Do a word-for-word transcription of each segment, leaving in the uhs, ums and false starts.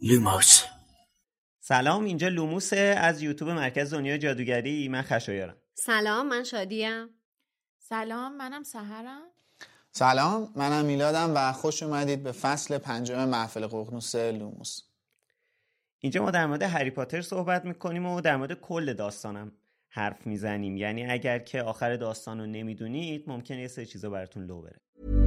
لوموس. سلام، اینجا لوموسه از یوتیوب مرکز دنیای جادوگری. من خشایارم. سلام، من شادیم. سلام، منم سحرم. سلام، منم میلادم و خوش اومدید به فصل پنجم محفل ققنوس لوموس. اینجا ما در مورد هری پاتر صحبت میکنیم و در مورد کل داستانم حرف میزنیم. یعنی اگر که آخر داستان رو نمیدونید ممکنه یه سری چیزا براتون لو بره.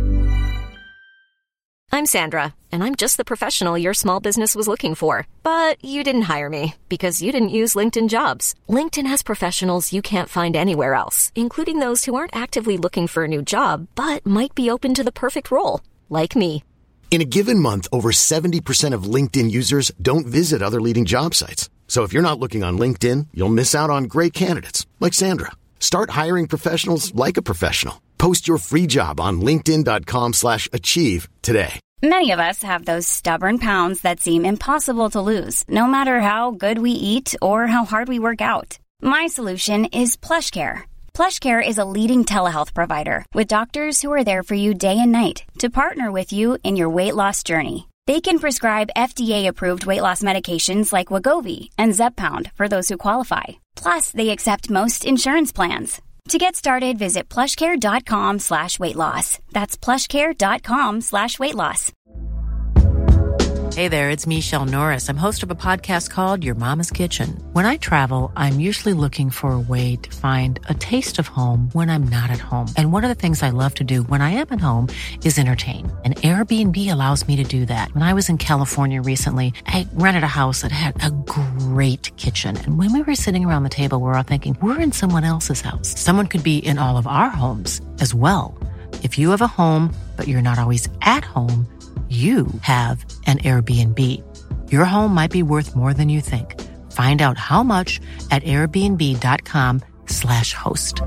I'm Sandra, and I'm just the professional your small business was looking for. But you didn't hire me because you didn't use LinkedIn Jobs. LinkedIn has professionals you can't find anywhere else, including those who aren't actively looking for a new job, but might be open to the perfect role, like me. In a given month, over seventy percent of LinkedIn users don't visit other leading job sites. So if you're not looking on LinkedIn, you'll miss out on great candidates, like Sandra. Start hiring professionals like a professional. Post your free job on linkedin.com slash achieve today. Many of us have those stubborn pounds that seem impossible to lose, no matter how good we eat or how hard we work out. My solution is PlushCare. PlushCare is a leading telehealth provider with doctors who are there for you day and night to partner with you in your weight loss journey. They can prescribe F D A-approved weight loss medications like Wegovy and Zepbound for those who qualify. Plus, they accept most insurance plans. To get started, visit plushcare.com slash weight loss. That's plushcare.com slash weight loss. Hey there, it's Michelle Norris. I'm host of a podcast called Your Mama's Kitchen. When I travel, I'm usually looking for a way to find a taste of home when I'm not at home. And one of the things I love to do when I am at home is entertain. And Airbnb allows me to do that. When I was in California recently, I rented a house that had a great kitchen. And when we were sitting around the table, we were all thinking, we're in someone else's house. Someone could be in all of our homes as well. If you have a home, but you're not always at home, you have an Airbnb. Your home might be worth more than you think. Find out how much at airbnb.com slash host.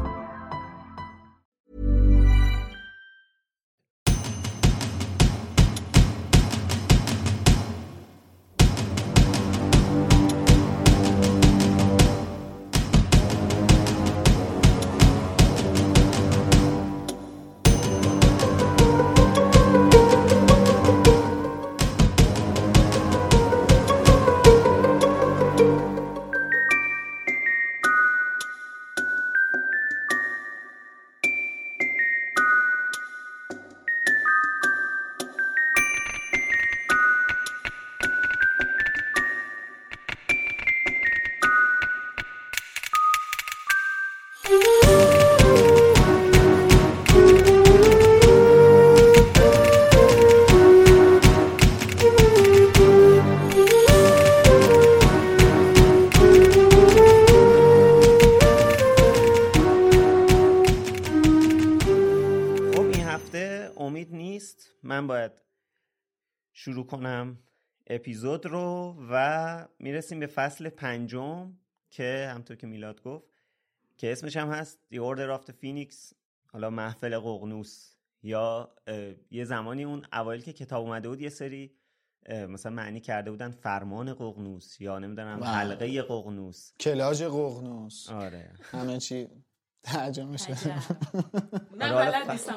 شروع کنم اپیزود رو و میرسیم به فصل پنجم که همطور که میلاد گفت که اسمش هم هست The Order of the Phoenix، حالا محفل ققنوس. یا یه زمانی اون اوایل که کتاب اومده بود یه سری مثلا معنی کرده بودن فرمان ققنوس یا نمیدونم حلقه ققنوس، کلاژ ققنوس. آره همه چی ترجمه شده. من بلد نیستم.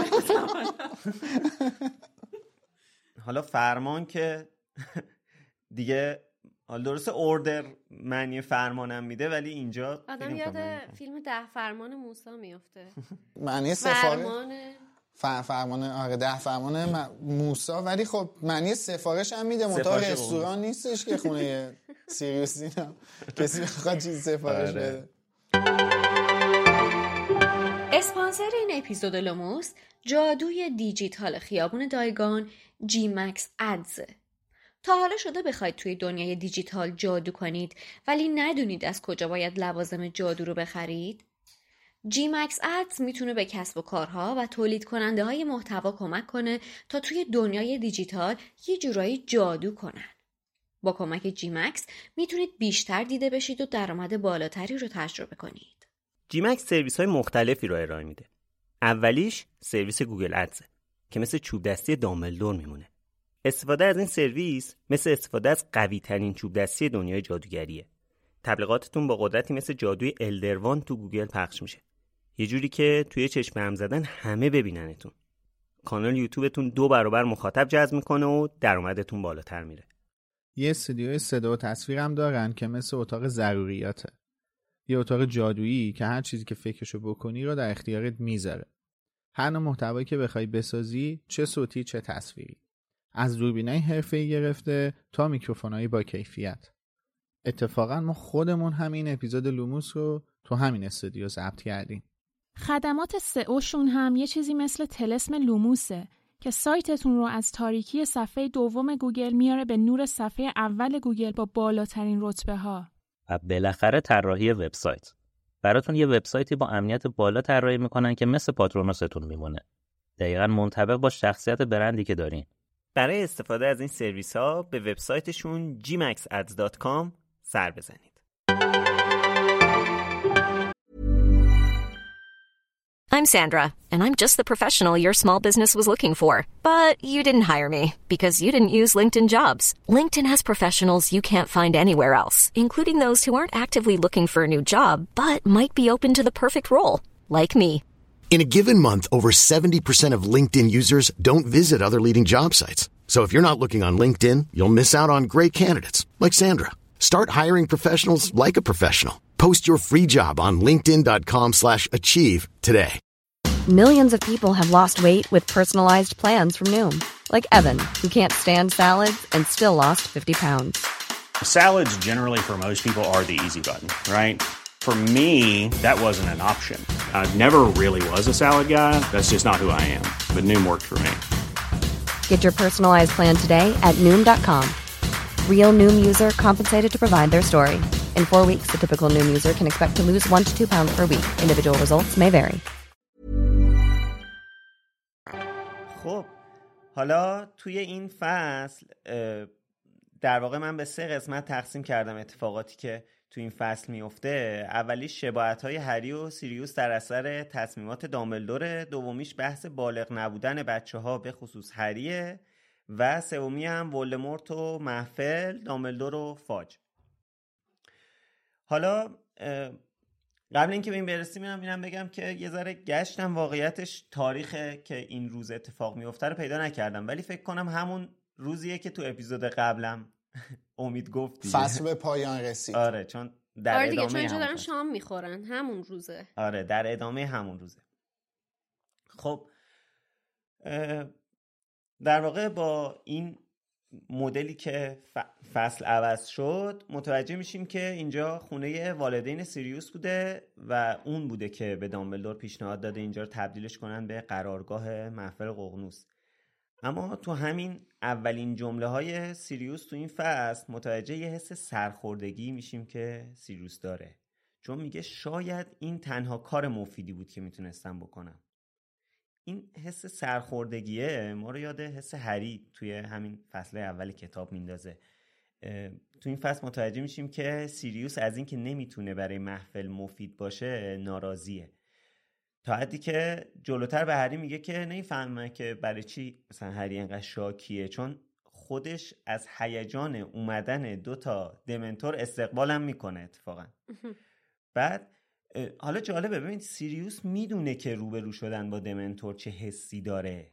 حالا فرمان که دیگه حالا درسته اوردر معنی فرمانم میده، ولی اینجا آدم یاد فیلم ده فرمان موسی میفته. معنی سفارش فرمان فر فرمان آره ده فرمان موسی، ولی خب معنی سفارش هم میده. منتها رستوران نیستش که خونه سیریوس اینا کسی بخواد چیز سفارش بده. اسپانسر این اپیزود لوموس جادوی دیجیتال خیابون دایگان جی مکس ادز. تا حالا شده بخواید توی دنیای دیجیتال جادو کنید ولی ندونید از کجا باید لوازم جادو رو بخرید؟ جی مکس ادز میتونه به کسب و کارها و تولید کننده های محتوا کمک کنه تا توی دنیای دیجیتال یه جورایی جادو کنن. با کمک جی مکس میتونید بیشتر دیده بشید و درآمد بالاتری رو تجربه کنید. جی مکس سرویس های مختلفی رو ارائه میده. اولیش سرویس گوگل ادز که مثل چوب دستی دامبلدور میمونه. استفاده از این سرویس مثل استفاده از قوی ترین چوب دستی دنیای جادوگریه. تبلیغاتتون با قدرتی مثل جادوی الدروان تو گوگل پخش میشه. یه جوری که توی چشم هم زدن همه ببیننتون. کانال یوتیوبتون دو برابر مخاطب جذب میکنه و درآمدتون بالاتر میره. یه استودیوی صدا و تصویر هم دارن که مثل اتاق ضروریاته. یه اتاق جادویی که هر چیزی که فکرشو بکنی رو در اختیارت میذاره. هر نوع محتوایی که بخوای بسازی، چه صوتی چه تصویری. از دوربینای حرفه‌ای گرفته تا میکروفونای با کیفیت. اتفاقا ما خودمون همین اپیزود لوموس رو تو همین استودیو ضبط کردیم. خدمات سئوشون هم یه چیزی مثل طلسم لوموسه که سایتتون رو از تاریکی صفحه دوم گوگل میاره به نور صفحه اول گوگل با بالاترین رتبه ها. و بالاخره طراحی وبسایت. براتون یه وبسایتی با امنیت بالا طراحی میکنن که مثل پاترونوستون میمونه. دقیقاً منطبق با شخصیت برندی که دارین. برای استفاده از این سرویس ها به وبسایتشون جی مکس ادز دات کام سر بزنید. I'm Sandra, and I'm just the professional your small business was looking for. But you didn't hire me because you didn't use LinkedIn Jobs. LinkedIn has professionals you can't find anywhere else, including those who aren't actively looking for a new job, but might be open to the perfect role, like me. In a given month, over seventy percent of LinkedIn users don't visit other leading job sites. So if you're not looking on LinkedIn, you'll miss out on great candidates like Sandra. Start hiring professionals like a professional. Post your free job on linkedin dot com slash achieve today. Millions of people have lost weight with personalized plans from Noom. Like Evan, who can't stand salads and still lost fifty pounds. Salads generally for most people are the easy button, right? For me, that wasn't an option. I never really was a salad guy. That's just not who I am. But Noom worked for me. Get your personalized plan today at noom dot com. Real Noom user compensated to provide their story. In four weeks, the typical Noom user can expect to lose one to two pounds per week. Individual results may vary. خب حالا توی این فصل در واقع من به سه قسمت تقسیم کردم اتفاقاتی که توی این فصل میفته. اولی شباهت‌های هری و سیریوس در اثر تصمیمات دامبلدور، دومیش بحث بالغ نبودن بچه‌ها به خصوص هریه و سومی هم ولدمورت و محفل، دامبلدور و فاج. حالا قبل اینکه به این برسیم اینم بگم که یه ذره گشتم واقعیتش تاریخ که این روز اتفاق میفته رو پیدا نکردم، ولی فکر کنم همون روزیه که تو اپیزود قبلم امید گفت فصل به پایان رسید. آره چون در آره دیگه، ادامه چون اینجا دارن فصل. شام میخورن همون روزه. آره در ادامه همون روزه. خب در واقع با این مدلی که فصل عوض شد متوجه میشیم که اینجا خونه والدین سیریوس بوده و اون بوده که به دامبلدور پیشنهاد داده اینجا رو تبدیلش کنن به قرارگاه محفل ققنوس. اما تو همین اولین جمله های سیریوس تو این فصل متوجه یه حس سرخوردگی میشیم که سیریوس داره، چون میگه شاید این تنها کار مفیدی بود که میتونستم بکنم. این حس سرخوردگیه ما رو یاد حس هری توی همین فصل اول کتاب میندازه. تو این فصل متوجه میشیم که سیریوس از این که نمیتونه برای محفل مفید باشه ناراضیه، تا حدی که جلوتر به هری میگه که نمیفهمه که برای چی مثلا هری اینقدر شاکیه، چون خودش از هیجان اومدن دو تا دمنتور استقبالم میکنه اتفاقا. بعد حالا جالبه ببینید سیریوس میدونه که روبرو شدن با دمنتور چه حسی داره،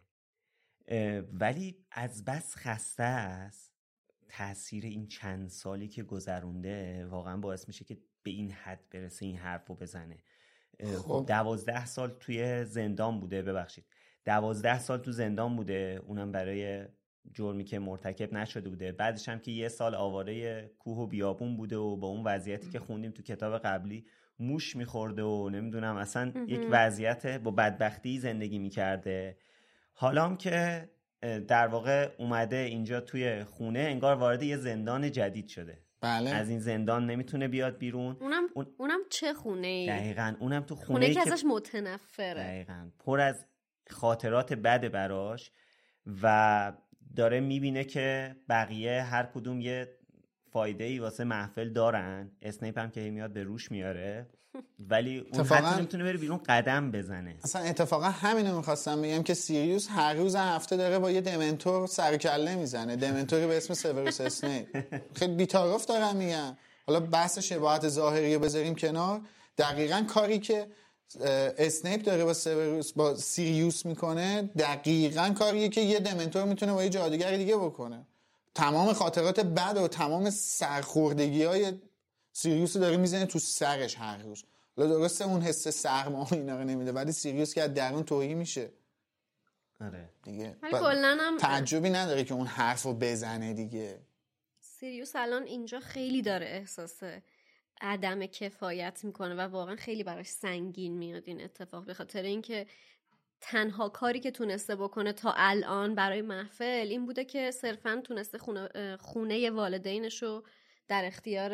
ولی از بس خسته است. تأثیر این چند سالی که گذرونده واقعا باعث میشه که به این حد برسه این حرفو بزنه. خب دوازده سال توی زندان بوده، ببخشید دوازده سال تو زندان بوده، اونم برای جرمی که مرتکب نشده بوده. بعدش هم که یه سال آواره کوه و بیابون بوده و با اون وضعیتی که خوندیم تو کتاب قبلی موش میخورده و نمیدونم اصلا یک وضعیت با بدبختی زندگی میکرده. حالا هم که در واقع اومده اینجا توی خونه انگار وارد یه زندان جدید شده. بله. از این زندان نمیتونه بیاد بیرون. اونم اون... اونم چه خونه ای؟ دقیقاً اونم تو خونه, خونه ای که که ازش متنفره. دقیقاً پر از خاطرات بده براش و داره میبینه که بقیه هر کدوم یه فایده ای واسه محفل دارن. اسنیپ هم که میاد به روش میاره ولی اون حتی نمیتونه بره بیرون قدم بزنه. اصلا اتفاقا همینو میخواستم بگم که سیریوس هر روز هفته داره با یه دمنتور سر کله میزنه، دمنتوری به اسم سیوروس اسنیپ. خیلی بی‌طرف دارم میگم. حالا بحث شباهت ظاهری رو بذاریم کنار، دقیقاً کاری که اسنیپ داره با سیوروس با سیریوس میکنه دقیقاً کاریه که یه دمنتور میتونه با یه جادوگر دیگه بکنه. تمام خاطرات بد و تمام سرخوردگی‌های سیریوس داره میزنه تو سرش هر روز. حالا درسته اون حس سرما و اینا رو نمیده، ولی سیریوس که از درون توهی میشه. آره دیگه ولی کلاً هم تعجبی نداره که اون حرفو بزنه دیگه. سیریوس الان اینجا خیلی داره احساس عدم کفایت میکنه و واقعا خیلی براش سنگین میاد این اتفاق، به خاطر اینکه تنها کاری که تونسته بکنه تا الان برای محفل این بوده که صرفاً تونسته خونه, خونه والدینشو در اختیار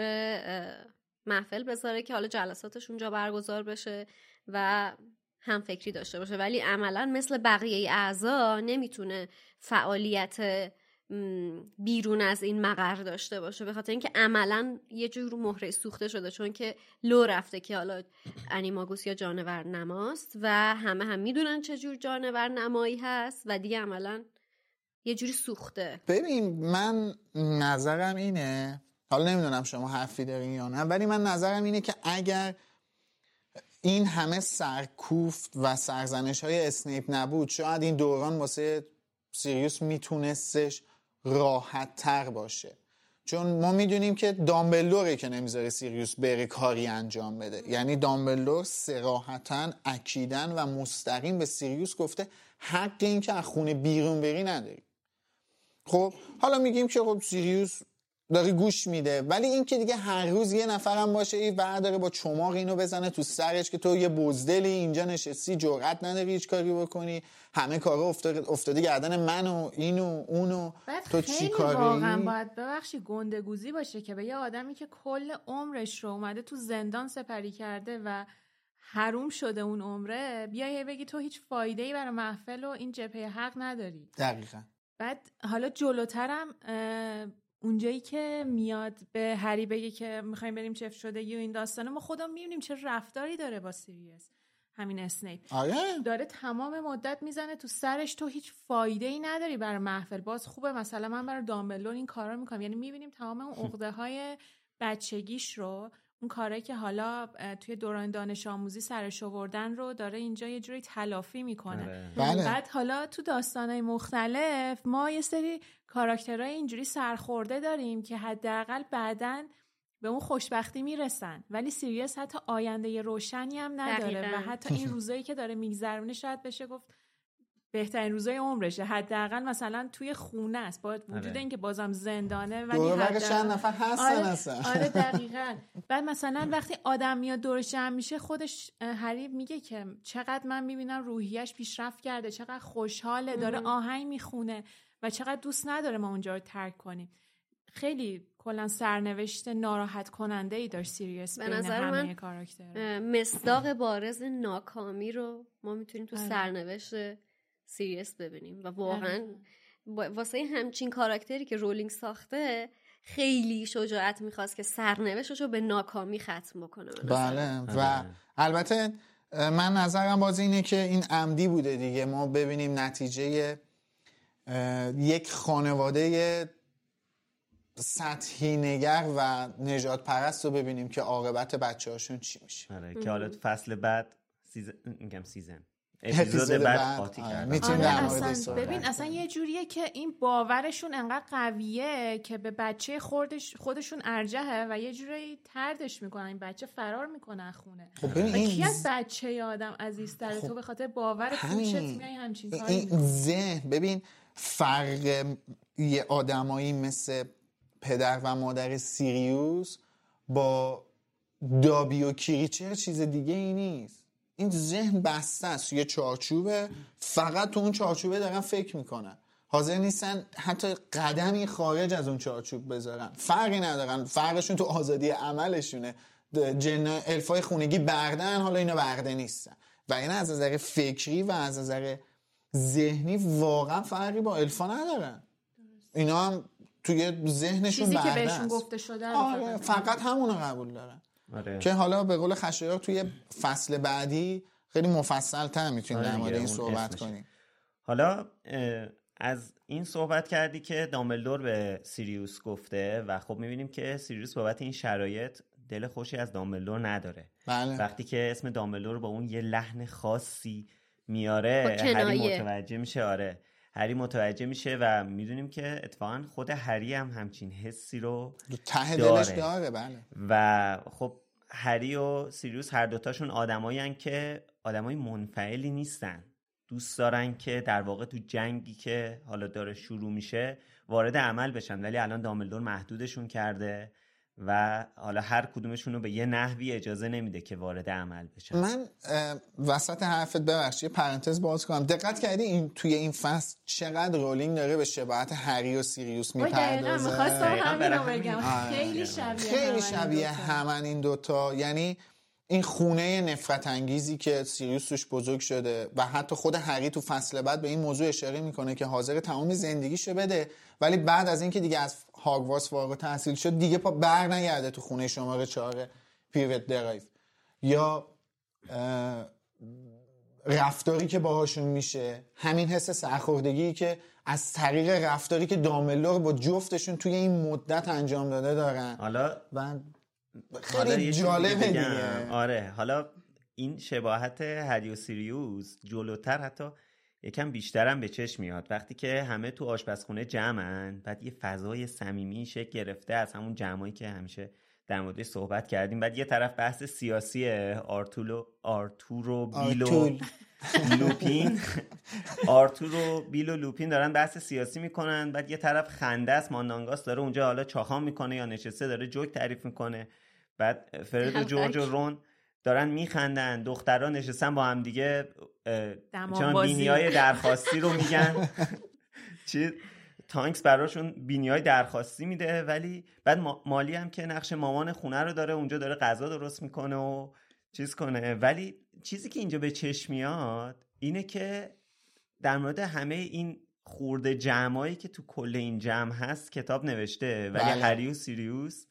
محفل بذاره که حالا جلساتش اونجا برگزار بشه و هم فکری داشته باشه، ولی عملاً مثل بقیه اعضا نمیتونه فعالیت بیرون از این مقر داشته باشه، به خاطر اینکه عملاً یه جور مهره سوخته شده، چون که لو رفته که حالا انیماگوس یا جانور نماست و همه هم میدونن چه جور جانور نمایی هست و دیگه عملاً یه جوری سوخته. ببین من نظرم اینه، حالا نمیدونم شما حرفی دارین یا نه، ولی من نظرم اینه که اگر این همه سرکوفت و سرزنش های اسنیپ نبود، شاید این دوران واسه سیریوس میتونستش راحت تر باشه، چون ما میدونیم که دامبلدوره که نمیذاره سیریوس بره کاری انجام بده. یعنی دامبلدور صراحتاً اکیدن و مستقیم به سیریوس گفته حق این که از خونه بیرون بری نداری. خب حالا میگیم که خب سیریوس داره گوش میده، ولی این که دیگه هر روز یه نفرم باشه این برداره با چماق اینو بزنه تو سرش که تو یه بزدلی اینجا نشستی جرئت نداری هیچ کاری بکنی، همه کارا افتاده افتاده گردن من و اینو اونو، تو چی کاری؟ واقعا باید ببخشی گندگوزی باشه که به یه آدمی که کل عمرش رو اومده تو زندان سپری کرده و حروم شده اون عمره، بیای بگی تو هیچ فایده‌ای برای محفل و این جبهه حق نداری. دقیقاً. بعد حالا جلوترم اونجایی که میاد به هری بگه که میخوایم بریم چف شده و این داستانه، ما خودمون میبینیم چه رفتاری داره با سیریوس. همین اسنیپ آره. داره تمام مدت میزنه تو سرش تو هیچ فایده ای نداری برای محفل. باز خوبه مثلا من برای دامبلدور این کارا میکنم، یعنی میبینیم تمام اون عقده های بچگیش رو، اون کارهایی که حالا توی دوران دانش آموزی سرش آوردن رو داره اینجا یه جوری تلافی میکنه. بله. بعد حالا تو داستانهای مختلف ما یه سری کاراکترهای اینجوری سرخورده داریم که حداقل بعدن به اون خوشبختی میرسن، ولی سیریوس حتی آینده روشنی هم نداره دقیقا. و حتی این روزایی که داره میگذرونه شاید بشه گفت بهترین روزای عمرشه، حداقل مثلا توی خونه است با وجود اینکه بازم زندانه، ولی حداقل چند نفر هستن. آره هستن. آره دقیقاً. بعد مثلا وقتی آدم میاد دورش جمع میشه، خودش هری میگه که چقدر من میبینم روحیش پیشرفت کرده، چقدر خوشحاله، داره آهنگ میخونه و چقدر دوست نداره ما اونجا رو ترک کنیم. خیلی کلا سرنوشت ناراحت کننده ای داشت سیریوس بین همه کاراکترها. مصداق بارز ناکامی رو ما میتونیم تو سرنوشت سیریوس ببینیم و واقعا واسه همچین کاراکتری که رولینگ ساخته خیلی شجاعت میخواست که سرنوشتشو به ناکامی ختم بکنه. بله. و البته من نظرم باز اینه که این عمدی بوده دیگه، ما ببینیم نتیجه یک خانواده سطحی نگر و نجات پرست رو ببینیم که عاقبت بچه هاشون چی میشه. آره که حالا فصل بعد سیزن میگم سیزن اپیزود بعد قاطی کرد. آره اصلا ببین اصلا یه جوریه که این باورشون انقدر قویه که به بچه خودش خودشون ارجحه و یه جوری طردش میکنن، این بچه فرار میکنه خونه. خب ببین این کی از بچه آدم عزیزتره؟ خب تو به خاطر باور پوشت میای همچین کاری. این ذهن ببین فرق یه آدمایی مثل پدر و مادر سیریوس با دابی و کریچر چیز دیگه ای نیست. این ذهن بسته است، یه چارچوبه، فقط تو اون چارچوبه دارن فکر میکنن، حاضر نیستن حتی قدمی خارج از اون چارچوب بذارن. فرقی ندارن، فرقشون تو آزادی عملشونه. جن الفای خونگی بردن، حالا اینا برده نیستن و این از نظر فکری و از نظر ذهنی واقعا فرقی با الفا ندارن. اینا هم توی ذهنشون برده است، چیزی که بهشون گفته شده آره فقط همونو قبول دارن. آره. که حالا به قول خشایار توی فصل بعدی خیلی مفصل تر میتونیم در مورد این صحبت کنیم. حالا از این صحبت کردی که دامبلدور به سیریوس گفته و خب میبینیم که سیریوس بابت این شرایط دل خوشی از دامبلدور نداره. بله. وقتی که اسم دامبلدور با اون یه لحن خاصی میاره هری متوجه میشه آره هری متوجه میشه و میدونیم که اتفاقا خود هری هم همچین حسی رو ته دلش داره. بله. و خب هری و سیریوس هر دوتاشون آدمایی هن که آدمای منفعلی نیستن، دوست دارن که در واقع تو جنگی که حالا داره شروع میشه وارد عمل بشن، ولی الان دامبلدور محدودشون کرده و حالا هر کدومشون رو به یه نحوی اجازه نمیده که وارد عمل بشن. من وسط حرفت ببخشید یه پرانتز باز کنم. دقت کردی این توی این فصل چقدر رولینگ داره به شباهت هری و سیریوس میپردازه؟ می‌خواستم همینو بگم. خیلی شبیه خیلی شبیه همن این دوتا. یعنی این خونه نفرت انگیزی که سیریوس توش بزرگ شده و حتی خود هری تو فصل بعد به این موضوع اشاره میکنه که حاضر تمام زندگیشو بده، ولی بعد از اینکه دیگه از هاگوارتس فارغ التحصیل شد دیگه پا بر نگرده تو خونه شماره چهار پیوت درایو. یا رفتاری که باهاشون میشه، همین حس سرخوردگی که از طریق رفتاری که دامبلدور با جفتشون توی این مدت انجام داده دارن. حالا و خیلی جالبه دیگه. آره حالا این شباهت هری و سیریوس جلوتر حتی یکم بیشترم به چشم میاد وقتی که همه تو آشپزخونه جمعن، بعد یه فضای صمیمی شکل گرفته از همون جمعایی که همیشه در موردش صحبت کردیم. بعد یه طرف بحث سیاسی آرتولو آرتورو بیلو لوپین آرتور و بیل و لوپین دارن بحث سیاسی میکنن، بعد یه طرف خنده است، ماندانگاس داره اونجا حالا چاخان میکنه یا نشسته داره جوک تعریف میکنه، بعد فرد و جورج و رون دارن میخندن، دخترها نشستن با هم دیگه چون بینیای درخواستی رو میگن چی تانکس براشون بینیای درخواستی میده، ولی بعد مالی هم که نقش مامان خونه رو داره اونجا داره غذا درست میکنه و چیز کنه. ولی چیزی که اینجا به چشم میاد اینه که در مورد همه این خورده جمعایی که تو کل این جمع هست کتاب نوشته، ولی بله. هری و سیریوس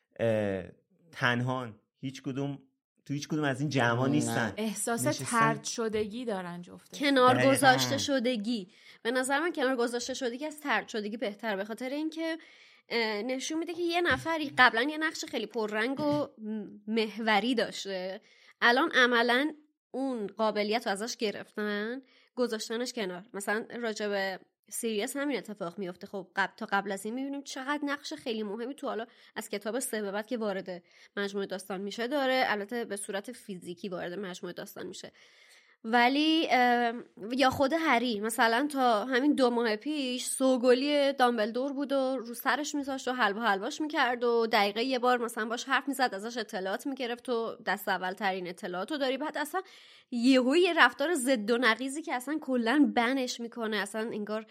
تنهان، هیچ کدوم تو هیچ کدوم از این جمعا نیستن. احساس طرد شدگی دارن جفته. کنار گذاشته شدگی. به نظر من کنار گذاشته شدگی از طرد شدگی بهتر، به خاطر اینکه نشون میده که یه نفری قبلا یه نقش خیلی پررنگ و محوری داشته، الان عملاً اون قابلیت رو ازش گرفتن گذاشتنش کنار. مثلا راجع به سیریوس همین اتفاق میفته. خب قبل تا قبل از این میبینیم چقدر نقش خیلی مهمی تو حالا از کتاب سه به بعد که وارد مجموعه داستان میشه داره، البته به صورت فیزیکی وارد مجموعه داستان میشه. ولی یا خود هری مثلا تا همین دو ماه پیش سوگلی دامبلدور بود و رو سرش میذاشت و حلوا حلواش میکرد و دقیقه یه بار مثلا باش حرف میزد، ازش اطلاعات میگرفت و دست اول ترین اطلاعاتو داری. بعد اصلا یهو یه رفتار ضد و نقیضی که اصلا کلا بنش میکنه، اصلا انگار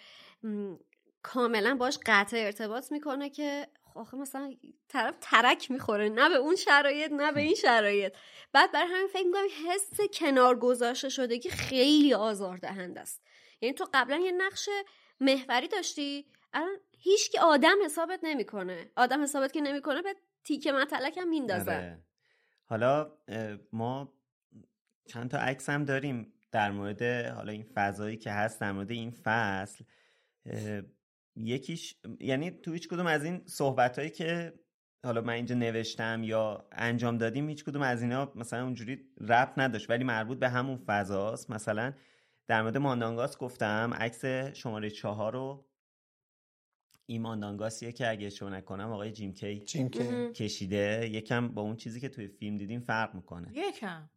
کاملا باش قطع ارتباط میکنه که آخه مثلا طرف ترک میخوره، نه به اون شرایط نه به این شرایط. بعد برای همین فکر میکنم حس کنار گذاشته شده که خیلی آزاردهنده است. یعنی تو قبلا یه نقش محوری داشتی، الان هیچ کی آدم حسابت نمیکنه، آدم حسابت که نمیکنه به تیکه مطلق هم میندازه. حالا ما چند تا عکس هم داریم در مورد حالا این فضایی که هست در مورد این فصل. یکیش یعنی تو هیچ کدوم از این صحبتایی که حالا من اینجا نوشتم یا انجام دادیم هیچ کدوم از اینا مثلا اونجوری ربط نداشت ولی مربوط به همون فضاست. مثلا در مورد ماندانگاس گفتم، عکس شماره چهار رو این ماندانگاسیه که اگه اشتباه نکنم آقای جیم کی, جیم کی. کشیده. یکم با اون چیزی که توی فیلم دیدیم فرق میکنه، یکم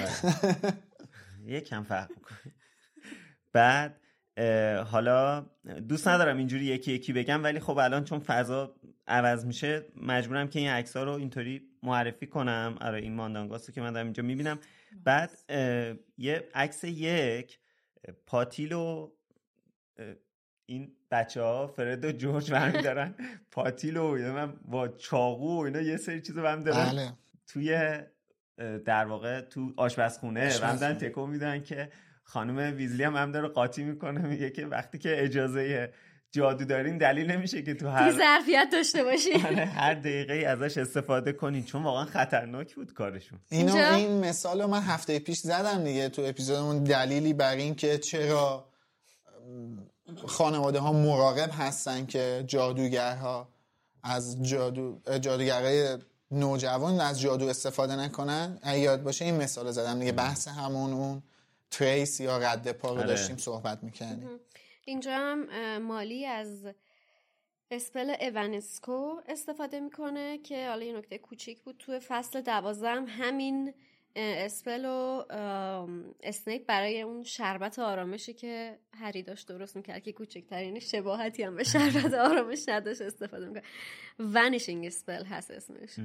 یکم فرق میکنه. بعد حالا دوست ندارم اینجوری یکی یکی بگم ولی خب الان چون فضا عوض میشه مجبورم که این عکس‌ها رو اینطوری معرفی کنم. آره این ماندانگاستو که من دارم اینجا میبینم. بعد یه عکس یک پاتیل و این بچه‌ها فرد و جورج برمی دارن پاتیل و من با چاقو و اینا یه سری چیزو برمی دارن بله. توی در واقع تو آشپزخونه برمی دارن تکون میدن که خانم ویزلی هم هم داره قاطی میکنه، میگه که وقتی که اجازه جادو دارین دلیل نمیشه که تو هر ظرفیت داشته باشی هر دقیقه ازش استفاده کنین، چون واقعا خطرناک بود کارشون. اینو این مثال رو من هفته پیش زدم دیگه تو اپیزودمون، دلیلی بر این که چرا خانواده ها مراقب هستن که جادوگرها از جادو جادوگرای نوجوان از جادو استفاده نکنن. یاد باشه این مثال زدم دیگه، بحث همون اون تریس یا رد پا رو داشتیم صحبت میکنیم. اینجا هم مالی از اسپل اونسکو استفاده میکنه که حالا یه نکته کوچیک بود، تو فصل دوازدهم همین اسپل و اسنیپ برای اون شربت آرامشی که هری داشت درست میکرد که کوچکترین شباهتی هم به شربت آرامش نداشت استفاده میکنه. ونیشینگ اسپل هست اسمش.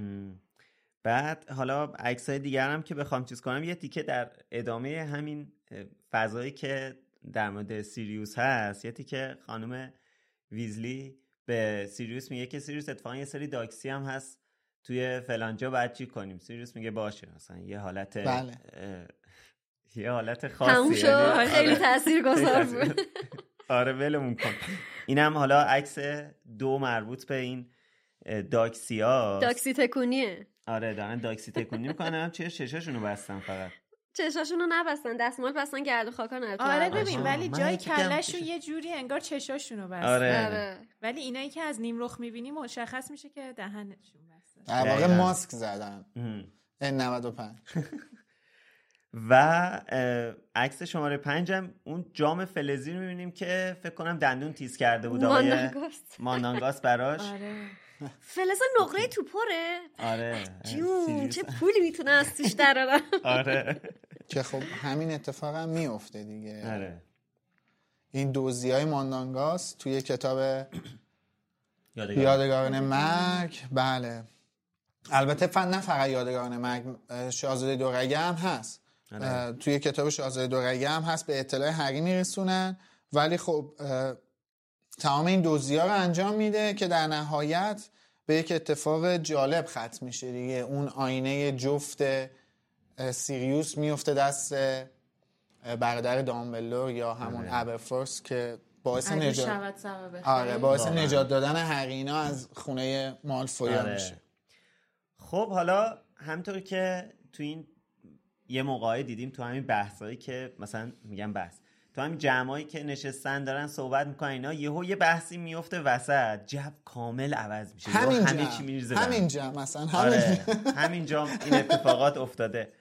بعد حالا عکسای دیگر هم که بخوام چیز کنم، یه تیکه در ادامه همین فضایی که در مورد سیریوس هست، یه تیکه خانم ویزلی به سیریوس میگه که سیریوس اتفاقا یه سری داکسی هم هست توی فلانجا باید چی کنیم. سیریوس میگه باشه، مثلا یه حالت بله. یه حالت خاصی همون شو خیلی تاثیرگذار بود. آره ولمون کن. اینم حالا عکس دو مربوط به این داکسی ها، داکسی تکونیه. آره دارن داکسی تکونی میکنن. چه ششاشونو بستن؟ فقط چشاشونو نبستن، دستمال بستن گرد و خاکا نرتون. آره ببین ولی جای کلهشون یه جوری انگار چشاشونو بستن. آره. آره. ولی اینایی که از نیم رخ میبینی مشخص میشه که دهنشون بسته. در واقع ماسک زدن. ان نود و پنج. و عکس شماره پنج هم اون جام فلزی رو میبینیم که فکر کنم دندون تیز کرده بود آقای ماندانگاست براش. آره. فلز نقره تو پره. آره جون چه پولی میتونه از توش درارم. آره که خب همین اتفاق هم میفته دیگه. آره. این دوزیای ماندانگاس توی کتاب یادگار. یادگاران مرگ، بله البته فن نه فقط یادگاران مرگ، شاهزاده دورگه هم هست. آره. توی کتاب شاهزاده دورگه هم هست، به اطلاع هری میرسونن. ولی خب تمام این دوزی‌ها رو انجام میده که در نهایت به یک اتفاق جالب ختم میشه دیگه. اون آینه جفت سیریوس میفته دست برادر دامبلدور یا همون ابرفورس که باعث نجات آره باعث نجات دادن هرینا از خونه مالفویا آره. میشه. خب حالا همونطور که تو این یه موقعی دیدیم تو همین بحثایی که مثلا میگم بحث تو همین جمعایی که نشستن دارن صحبت میکنن اینا، یهو یه بحثی میفته وسط، جو کامل عوض میشه، همین همه چی میریزه همین جمع مثلا همین آره. همین جمع این اتفاقات افتاده.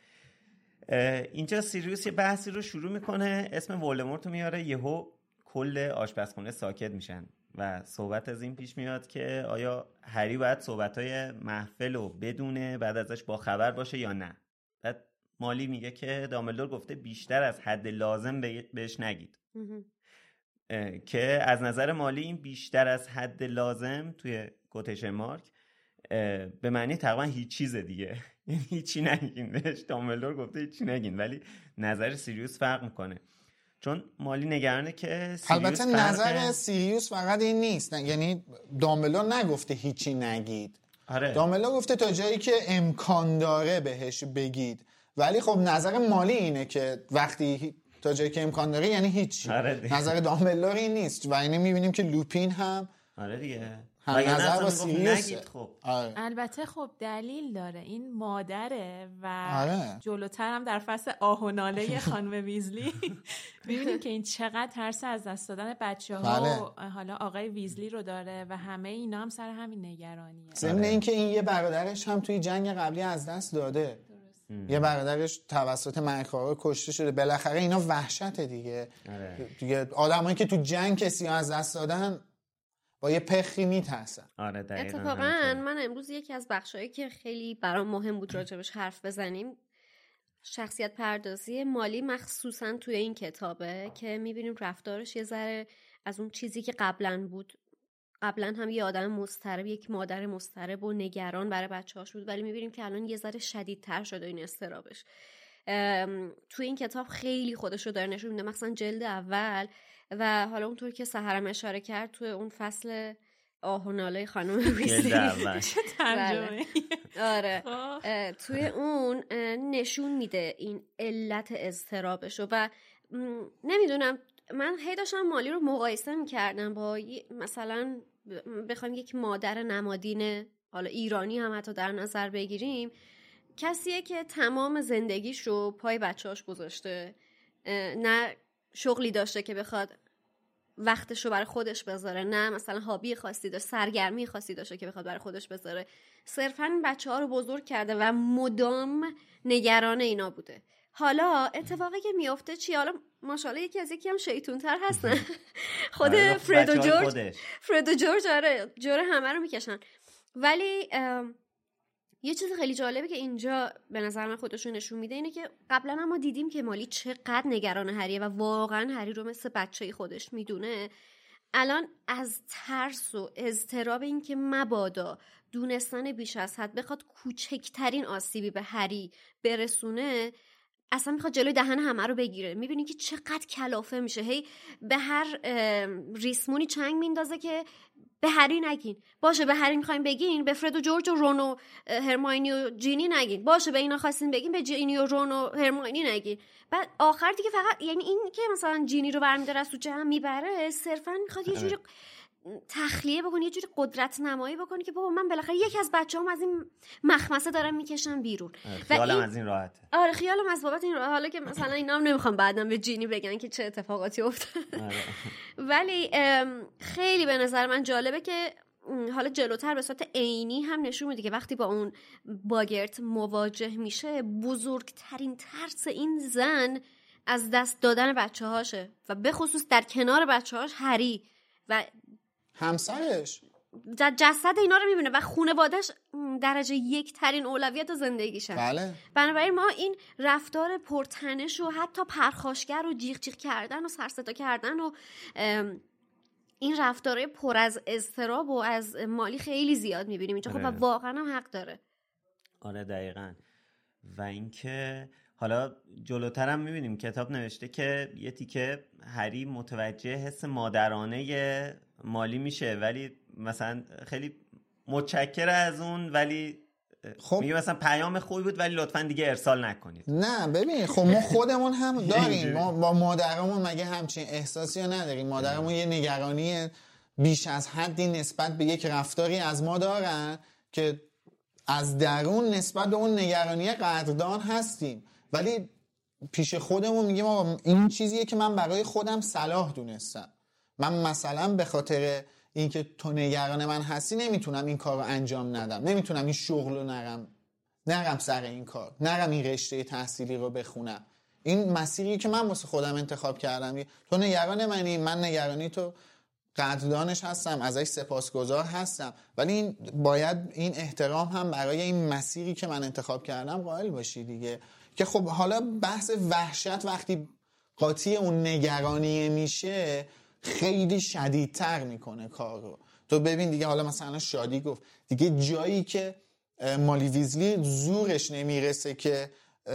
اینجا سیریوس یه بحثی رو شروع میکنه، اسم ولدمورت رو میاره، یهو کل آشپزخونه ساکت میشن و صحبت از این پیش میاد که آیا هری باید صحبتای محفل رو بدونه بعد ازش با خبر باشه یا نه. بعد مالی میگه که دامبلدور گفته بیشتر از حد لازم بهش نگید. که از نظر مالی این بیشتر از حد لازم توی کوتیشن مارک به معنی تقریبا هیچ چیز دیگه، یعنی هیچی نگین بهش. دامبلدور گفته هیچی نگین، ولی نظر سیریوس فرق میکنه چون مالی نگرانه که سیریوس البته نظر سیریوس فقط این نیست، یعنی دامبلدور نگفته هیچی نگید. آره. دامبلدور گفته تا جایی که امکان داره بهش بگید، ولی خب نظر مالی اینه که وقتی تا جایی که امکان داره یعنی هیچی. آره نظر دامبلدور این نیست و اینه میبینیم که لوپین هم آره دیگه هم نظر با سیریوس. خب. آره. البته خب دلیل داره، این مادره و آره. جلوتر هم در فصل آه و ناله خانم ویزلی میبینیم که این چقدر ترس از دست دادن بچه ها بله. و حالا آقای ویزلی رو داره و همه اینا هم سر همین نگرانیه. ضمن آره. این که این یه برادرش هم توی جنگ قبلی از دست داده. ام. یه برادرش توسط ملک‌ها کشته شده. بالاخره اینا وحشته دیگه. آره. دیگه آدمایی که تو جنگ کسی از دست دادن با یه پخی میترسن. آره دقیقاً. اتفاقاً من امروز یکی از بخشایی که خیلی برام مهم بود راجبش حرف بزنیم شخصیت پردازی مالی مخصوصاً توی این کتابه که میبینیم رفتارش یه ذره از اون چیزی که قبلاً بود. قبلا هم یه آدم مضطرب، یک مادر مضطرب و نگران برای بچه‌هاش بود، ولی می‌بینیم که الان یه ذره شدیدتر شده این اضطرابش. تو این کتاب خیلی خودش رو داره نشون میده، مثلا جلد اول و حالا اونطور که سحرم اشاره کرد تو اون فصل آه و ناله خانم ویزلی چه ترجمه. آره توی اون نشون میده این علت اضطرابش و نمیدونم، من هی داشتم مالی رو مقایسه میکردم با مثلا بخوایم یک مادر نمادین حالا ایرانی هم حتی در نظر بگیریم، کسیه که تمام زندگیش رو پای بچه‌هاش گذاشته، نه شغلی داشته که بخواد وقتش رو برای خودش بذاره، نه مثلا هابی خاصی داشته، سرگرمی خاصی داشته که بخواد برای خودش بذاره، صرفاً بچه‌ها رو بزرگ کرده و مدام نگران اینا بوده. حالا اتفاقی که میفته چی؟ حالا ماشاءالله یکی از یکی هم شیطون‌تر هستن. خود فرد و جورج فرد و جورج آره جور همه رو میکشن. ولی یه چیز خیلی جالبه که اینجا به نظر من خودشون نشون میده اینه که قبلا هم ما دیدیم که مالی چقدر نگران هریه و واقعا هری رو مثل بچه خودش میدونه. الان از ترس و اضطراب این که مبادا دونستن بیش از حد بخواد کوچکترین آسیبی به هری برسونه، اصلا میخواد جلوی دهن همه رو بگیره. میبینی که چقدر کلافه میشه، هی به هر ریسمونی چنگ میندازه که به هری نگین. باشه به هری میخوایم بگین، به فرد و جورج و رون و هرماینی و جینی نگین. باشه به اینا خواستین بگین، به جینی و رون و هرماینی نگین. بعد آخر دیگه فقط یعنی این که مثلا جینی رو برمی‌داره از تو جمع میبره، صرفا میخواد یه جوری تخلیه بکنه، یه جوری قدرت نمایی بکنه که بابا من بالاخره یکی از بچه‌هام از این مخمسه دارم میکشم بیرون. خیالم این... از این راحته. آره خیالم از بابت این راحته. حالا که مثلا اینا هم نمیخوام بعداً به جینی بگن که چه اتفاقاتی افتاد. ولی خیلی به نظر من جالبه که حالا جلوتر به صورت عینی هم نشون میده که وقتی با اون باگرت مواجه میشه، بزرگترین ترس این زن از دست دادن بچه‌هاشه و به خصوص در کنار بچه‌هاش هری و همسرش. جسد اینا رو میبینه و خانواده‌اش درجه یک ترین اولویت زندگیشه. بله. بنابراین ما این رفتار پرتنش و حتی پرخاشگر و جیغ جیغ کردن و سرصدا کردن و این رفتارهای پر از اضطراب و از مالی خیلی زیاد میبینیم اینجا. خب و واقعا هم حق داره. آره دقیقاً. و اینکه حالا جلوتر هم میبینیم کتاب نوشته که یه تیکه هری متوجه حس مادرانه مالی میشه، ولی مثلا خیلی متشکر از اون، ولی خب میگه مثلا پیام خوبی بود ولی لطفاً دیگه ارسال نکنید. نه ببین خب ما خودمون هم داریم، ما با مادرمون مگه همچین احساسی رو نداریم؟ مادرمون یه نگرانی بیش از حدی نسبت به یک رفتاری از ما دارن که از درون نسبت به اون نگرانی قدردان هستیم، ولی پیش خودمون میگیم آقا این چیزیه که من برای خودم صلاح دونستم. من مثلا به خاطر اینکه تو نگران من هستی نمیتونم این کار رو انجام ندم، نمیتونم این شغل رو نرم نرم سر این کار، نرم این رشته تحصیلی رو بخونم. این مسیری که من واسه خودم انتخاب کردم. تو نگران منی، من نگرانی تو قدردانش هستم، ازش سپاسگزار هستم، ولی این باید این احترام هم برای این مسیری که من انتخاب کردم قائل باشی دیگه. که خب حالا بحث وحشت وقتی قاطی اون نگرانی میشه خیلی شدیدتر میکنه کار رو. تو ببین دیگه، حالا مثلا شادی گفت دیگه جایی که مالی ویزلی زورش نمیرسه که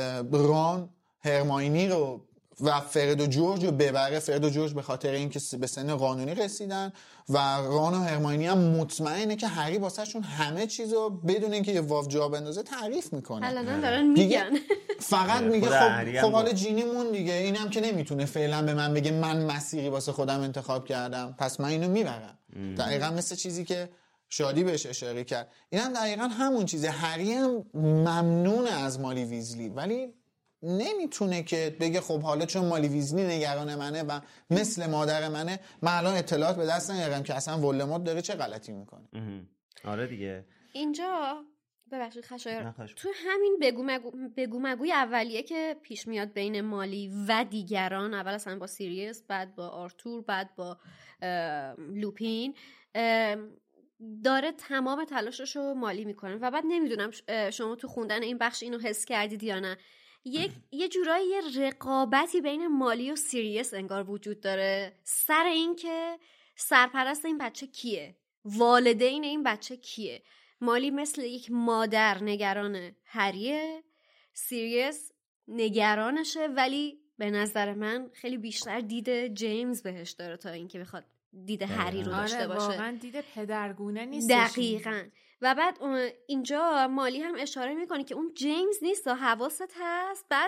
ران هرماینی رو و فرد و جورج رو ببره. فرد و جورج به خاطر اینکه به سن قانونی رسیدن و ران و هرماینی هم مطمئنه که هری واسه شون همه چیزو بدون اینکه یه واو جا بندازه تعریف میکنه. الان دارن میگن فقط میگه خب خب حالا جینی مون دیگه، اینم که نمیتونه فعلا به من بگه من مسیری واسه خودم انتخاب کردم پس من اینو میبرم. دقیقاً مثل چیزی که شادی بهش اشاره کرد. اینم دقیقاً همون چیزه. هری هم ممنون از مالی ویزلی ولی نمیتونه که بگه خب حالا چون مالی ویزلی نگران منه و مثل مادر منه من الان اطلاعات به دست نیارم که اصلا ولدمورت داره چه غلطی میکنه. آره دیگه. اینجا ببخشید خشایار، تو همین بگو مگو بگو مگوی اولیه که پیش میاد بین مالی و دیگران، اول اصلا با سیریوس، بعد با آرتور، بعد با لوپین، داره تمام تلاششو مالی میکنه و بعد نمیدونم شما تو خوندن این بخش اینو حس کردید یا نه، یک یه جورایی یه رقابتی بین مالی و سیریوس انگار وجود داره سر این که سرپرست این بچه کیه، والدین این بچه کیه. مالی مثل یک مادر نگران هریه، سیریوس نگرانشه، ولی به نظر من خیلی بیشتر دید جیمز بهش داره تا اینکه بخواد دید هری رو داشته آره باشه. واقعا دید پدرگونه نیست. دقیقاً. و بعد اینجا مالی هم اشاره میکنه که اون جیمز نیست و حواست هست. بعد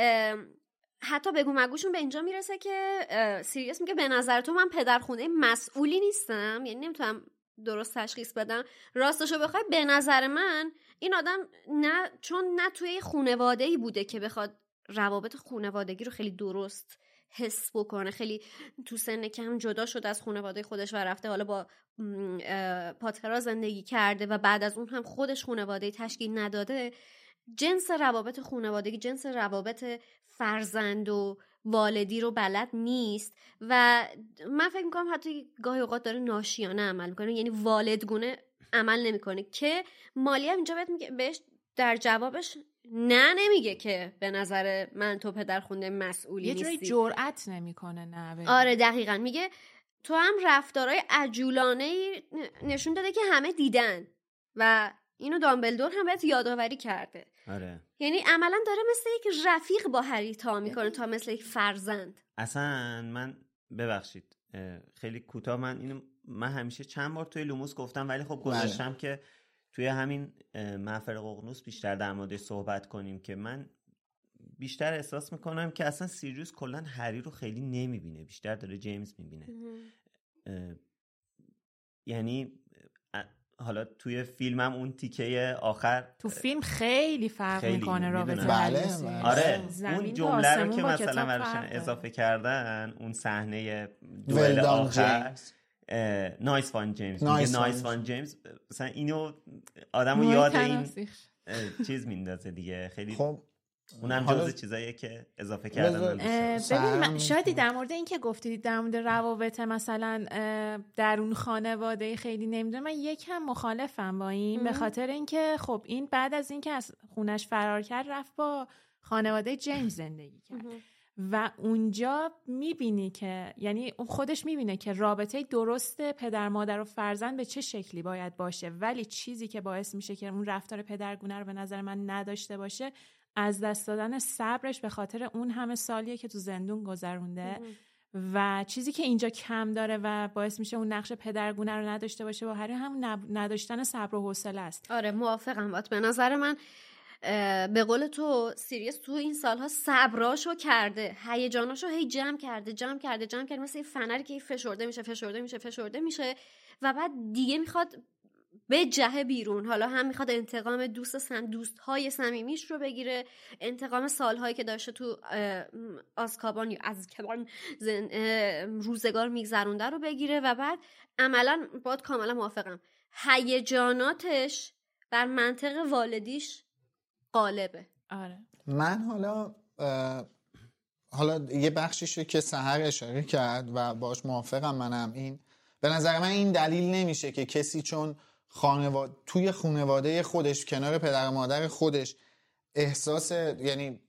حتی بگو مگوشون به اینجا میرسه که سیریوس میگه به نظر تو من پدرخونه مسئولی نیستم، یعنی نمیتونم درست تشخیص بدم. راستشو بخوای به نظر من این آدم نه، چون نه توی خانواده‌ای بوده که بخواد روابط خانوادگی رو خیلی درست حس بکنه، خیلی تو سن کم جدا شده از خانواده خودش و رفته حالا با پاترها زندگی کرده و بعد از اون هم خودش خانواده تشکیل نداده. جنس روابط خانوادگی، جنس روابط فرزند و والدی رو بلد نیست و من فکر میکنم حتی گاهی اوقات داره ناشیانه عمل میکنه، یعنی والدگونه عمل نمیکنه که مالی هم اینجا بهت میگه بهش در جوابش نه نمیگه که به نظر من تو پدر خونده مسئولی یه نیستی. جوری جرأت نمیکنه نه بگه. آره دقیقاً میگه تو هم رفتارهای عجولانه نشون داده که همه دیدن و اینو دامبلدور هم بهت یادآوری کرده. آره. یعنی عملا داره مثل یک رفیق با هری تا میکنه تا مثل یک فرزند. اصلا من ببخشید خیلی کوتاه من اینو من همیشه چند بار توی لوموس گفتم ولی خب گذاشتم که توی همین محفل ققنوس بیشتر در موردش صحبت کنیم که من بیشتر احساس میکنم که اصلا سیریوس کلا هری رو خیلی نمیبینه، بیشتر داره جیمز میبینه. یعنی حالا توی فیلمم اون تیکه آخر تو فیلم خیلی فرق خیلی میکنه رابطه بله هری. آره اون جمله رو که مثلا براشون اضافه کردن، اون صحنه دوئل آخر نایس وان جیمز میگه نایس وان جیمز، مثلا اینو آدمو یاد این چیز میندازه دیگه. خیلی خب اونم جزء چیزاییه که اضافه کردن. ببین شاید در مورد این که گفتید در مورد روابط مثلا درون خانواده خیلی نمیدونم، من یکم مخالفم با این به خاطر اینکه خب این بعد از اینکه از خونش فرار کرد رفت با خانواده جیمز زندگی کرد و اونجا میبینی که یعنی خودش میبینه که رابطه درست پدر مادر و فرزند به چه شکلی باید باشه، ولی چیزی که باعث میشه که اون رفتار پدرگونه رو به نظر من نداشته باشه از دست دادن صبرش به خاطر اون همه سالیه که تو زندون گذرونده و چیزی که اینجا کم داره و باعث میشه اون نقش پدرگونه رو نداشته باشه و هر هم نداشتن صبر و حوصله است. آره موافقم باهات. به نظر من به قول تو سیریوس تو این سالها صبراشو کرده، هیجاناشو هی جمع کرده جمع کرده جمع کرده مثل فنری که فشرده میشه فشرده میشه فشرده میشه و بعد دیگه میخواد به جهه بیرون. حالا هم میخواد انتقام دوست سم دوستهای صمیمیش رو بگیره، انتقام سالهایی که داشته تو آزکابان یا azkaban روزگار میگذرونده رو بگیره و بعد عملا باید کاملا موافقم هیجاناتش بر منطق والدیش غالبه. آره من حالا حالا یه بخشیشو که سحر اشاره کرد و باش موافقم منم، این به نظر من این دلیل نمیشه که کسی چون خانواده توی خانواده خودش کنار پدر و مادر خودش احساس یعنی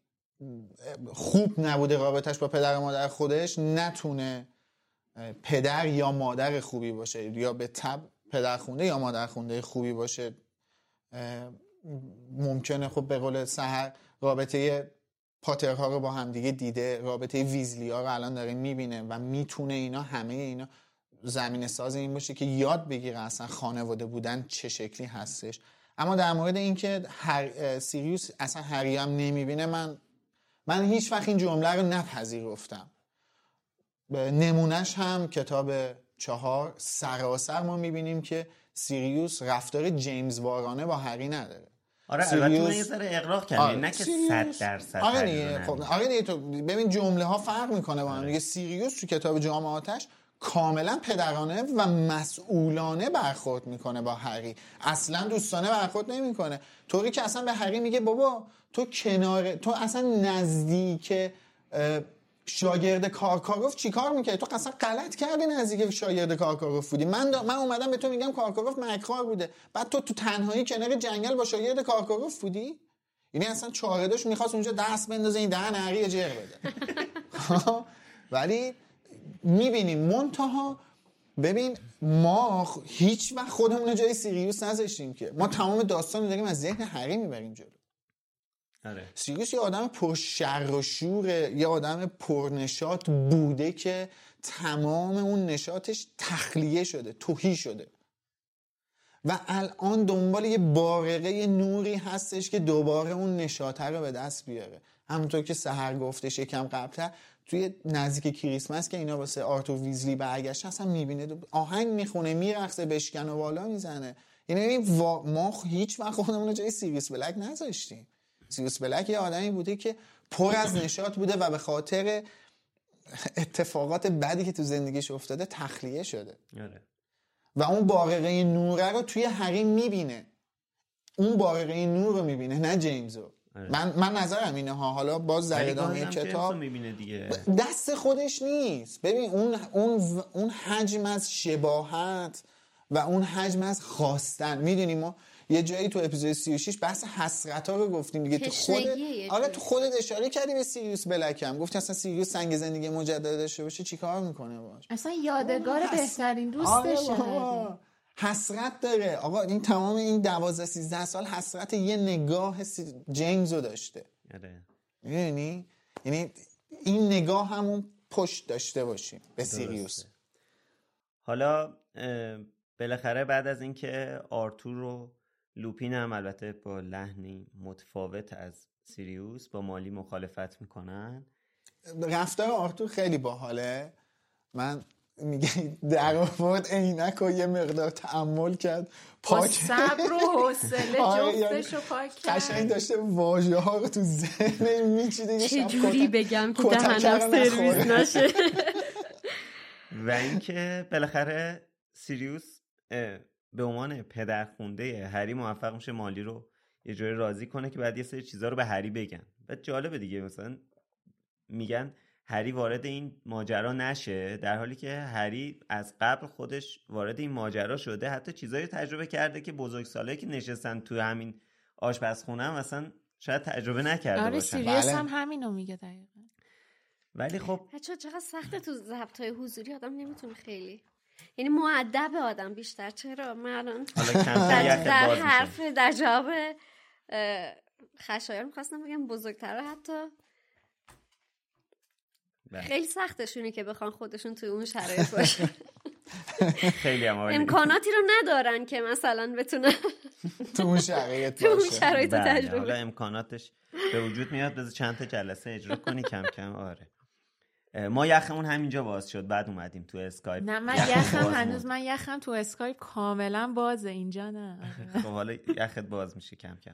خوب نبوده رابطش با پدر و مادر خودش نتونه پدر یا مادر خوبی باشه یا به تبع پدرخونده یا مادرخونده خوبی باشه. ممکنه خب به قول سحر رابطه پاترها رو با همدیگه دیده، رابطه ویزلی ها رو الان داره میبینه و میتونه اینا همه اینا زمین ساز این باشه که یاد بگیره اصلا خانواده بودن چه شکلی هستش. اما در مورد این که هر سیریوس اصلا هری هم نمیبینه، من من هیچ وقت این جمله رو نپذیرفتم. نمونهش هم کتاب چهار سراسر ما میبینیم که سیریوس رفتار جیمز وارانه با هری نداره. آره البته من یه ذره اغراق کردم آره. نه که صد درصد. آره دیگه خب آره دیگه تو ببین جمله ها فرق میکنه با هم دیگه. سیریوس تو کتاب جام آتش کاملا پدرانه و مسئولانه برخورد میکنه با هری، اصلا دوستانه برخورد نمیکنه، طوری که اصلا به هری میگه بابا تو کنار تو اصلا نزدیک شاگرد کارکاروف چی کار میکنی؟ تو اصلا غلط کردی نزدیک شاگرد کارکاروف بودی. من دا... من اومدم به تو میگم کارکاروف مکار بوده، بعد تو تو تنهایی کنار جنگل با شاگرد کارکاروف بودی. یعنی اصلا چاره‌داش میخواست اونجا دست بندازه این دهن هری جر بده. ولی میبینیم منتها ببین ما هیچ وقت خودمون رو جای سیریوس نذاشتیم که ما تمام داستان رو داریم از ذهن هری میبریم جلو. آره. سیریوس یه آدم پر شر و شوره، یه آدم پرنشاط بوده که تمام اون نشاطش تخلیه شده، تهی شده و الان دنبال یه بارقه نوری هستش که دوباره اون نشاطه رو به دست بیاره. همونطور که سحر گفتش یکم قبل‌تر توی نزدیک کریسمس که اینا واسه آرتور ویزلی برگشت اصلا میبینه آهنگ میخونه میرقصه بشکن و بالا میزنه. یعنی ما هیچ وقت خودمون رو جای سیریوس بلک نذاشتیم. سیریوس بلک یه آدمی بوده که پر از نشاط بوده و به خاطر اتفاقات بدی که تو زندگیش افتاده تخلیه شده. آره. و اون بارقه نوره رو توی هری میبینه. اون بارقه نور رو میبینه نه جیمزو. من من نظرم اینه ها. حالا باز در ادامه کتاب دست خودش نیست. ببین اون اون اون حجم از شباهت و اون حجم از خواستن، میدونی ما یه جایی تو اپیزود سی و شش بحث حسرت‌ها رو گفتیم دیگه. تو خودت آره تو خودت اشاره کردی به سیریوس بلکم، گفتی اصلا سیریوس سنگ زندگی مجدد داشته باشه چیکار میکنه باش؟ اصلا یادگار بهترین دوستشه. آره حسرت داره آقا. این تمام این دوازده سیزده سال حسرت یه نگاه سی... جیمزو داشته. آره یعنی یعنی این نگاه همون پشت داشته باشیم به سیریوس. حالا بالاخره بعد از اینکه آرتور رو لوپین هم البته با لحنی متفاوت از سیریوس با مالی مخالفت میکنن. رفتار آرتور خیلی باحاله. من میگه در آورد عینک و یه مقدار تأمل کرد، پاک صبر و حوصله جفتشو پاک کرد. قشنگ داشته واژه ها رو تو ذهن میچیده چه جوری بگم که دهنم سرویس نشه. و اینکه بالاخره سیریوس به عنوان پدرخونده هری موفق میشه مالی رو یه جوری راضی کنه که بعد یه سری چیزا رو به هری بگن. بعد جالبه دیگه، مثلا میگن هری وارد این ماجرا نشه، در حالی که هری از قبل خودش وارد این ماجرا شده، حتی چیزایی تجربه کرده که بزرگسالایی که نشستن تو همین آشپزخونه هم مثلا شاید تجربه نکرده آره باشن. سیریوس هم همینو میگه دقیقاً. ولی خب بچه‌ها چقدر سخته تو ضبط‌های حضوری آدم نمیتونه خیلی، یعنی مؤدب آدم بیشتر. چرا من الان در حرف در جواب خشایار میخواستم بگم بزرگتره، حتی بله. خیلی سختشونه که بخوان خودشون توی اون شرایط باشه. خیلی هم امکاناتی رو ندارن که مثلا بتونن تو اون شرایط باشه، تو اون شرایط تجربه. حالا امکاناتش به وجود میاد، بذار چند تا جلسه اجرا کنی کم کم. آره ما یخمون همینجا باز شد، بعد اومدیم تو اسکایپ. نه من یخم هنوز من یخم تو اسکایپ کاملا بازه، اینجا نه. خب حالا یخت باز میشه کم کم.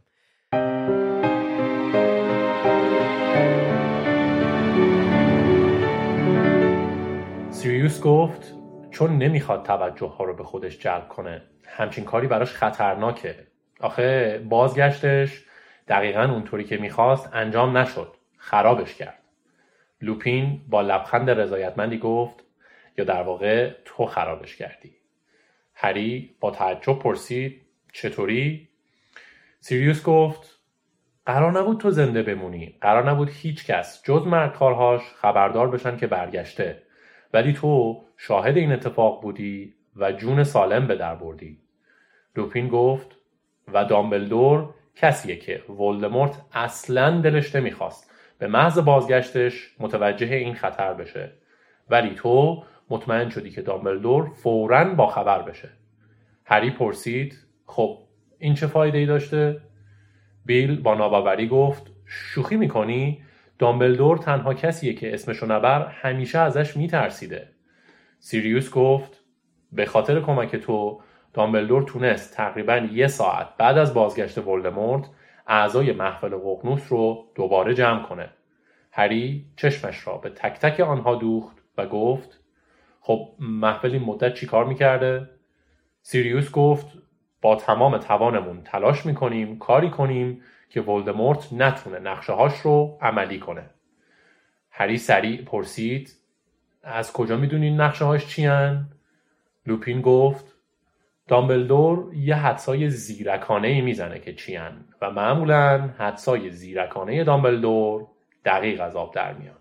سیریوس گفت چون نمیخواد توجه ها رو به خودش جلب کنه، همچین کاری براش خطرناکه. آخه بازگشتش دقیقاً اونطوری که میخواست انجام نشد، خرابش کرد. لوپین با لبخند رضایتمندی گفت یا در واقع تو خرابش کردی. هری با تعجب پرسید چطوری؟ سیریوس گفت قرار نبود تو زنده بمونی، قرار نبود هیچ کس جز مرگخوارهاش خبردار بشن که برگشته، ولی تو شاهد این اتفاق بودی و جون سالم به در بردی. لوپین گفت و دامبلدور کسیه که ولدمورت اصلاً دلش نمیخواست به محض بازگشتش متوجه این خطر بشه، ولی تو مطمئن شدی که دامبلدور فوراً با خبر بشه. هری پرسید خب این چه فایده ای داشته؟ بیل با ناباوری گفت شوخی میکنی؟ دامبلدور تنها کسیه که اسمشو نبر همیشه ازش میترسیده. سیریوس گفت به خاطر کمک تو دامبلدور تونست تقریباً یه ساعت بعد از بازگشت ولدمورت اعضای محفل ققنوس رو دوباره جمع کنه. هری چشمش را به تک تک آنها دوخت و گفت خب محفل این مدت چی کار میکرده؟ سیریوس گفت با تمام توانمون تلاش میکنیم کاری کنیم که ولدمورت نتونه نقشه‌هاش رو عملی کنه. هری سریع پرسید از کجا میدونین نقشه‌هاش چی هن؟ لوپین گفت دامبلدور یه حدسای زیرکانه‌ای میزنه که چی هن و معمولاً حدسای زیرکانه دامبلدور دقیق از آب در میان.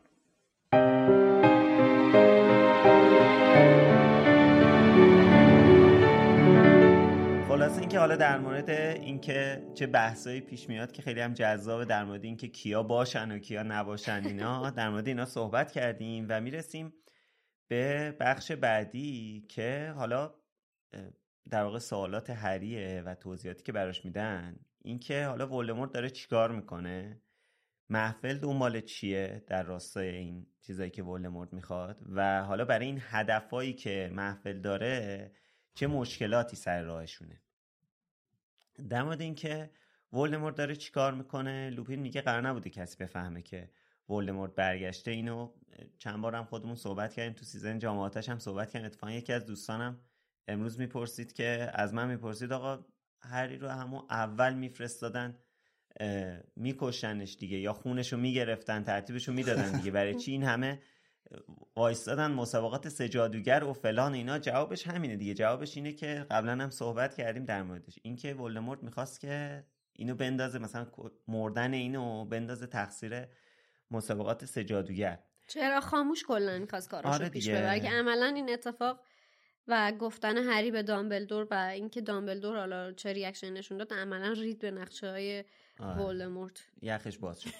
خلاصه اینکه حالا در مورد اینکه چه بحثایی پیش میاد که خیلی هم جذابه، در مورد اینکه کیا باشن و کیا نباشن اینا در مورد اینا صحبت کردیم و میرسیم به بخش بعدی که حالا در واقع سوالات هریه و توضیحاتی که براش میدن، اینکه حالا ولدمورت داره چیکار میکنه، محفل دنبال چیه در راستای این چیزایی که ولدمورت میخواد و حالا برای این هدفایی که محفل داره چه مشکلاتی سر راهشونه. در مورد اینکه ولدمورت داره چیکار میکنه، لوپین میگه قرار نبوده کسی بفهمه که ولدمورت برگشته. اینو چند بارم خودمون صحبت کردیم، تو سیزن جامعاتش هم صحبت کردیم. اتفاقا یکی از دوستانم امروز میپرسید که از من میپرسید آقا هری رو همون اول میفرستادن میکشنش دیگه، یا خونشو میگرفتن ترتیبشو میدادن دیگه. برای چی این همه وایستادن مسابقات سه جادوگر و فلان اینا؟ جوابش همینه دیگه. جوابش اینه که قبلا هم صحبت کردیم در موردش، این که ولدمورت میخواست که اینو بندازه، مثلا مردن اینو بندازه تقصیر مسابقات سه جادوگر. چرا خاموش کلا می‌خواست کاراشو آره پیش ببره که عملاً این اتفاق و گفتن هری به دامبلدور و اینکه دامبلدور حالا چه ریاکشن نشون داد عملاً رید به نقشه‌های ولدمورت. یخش باز شد.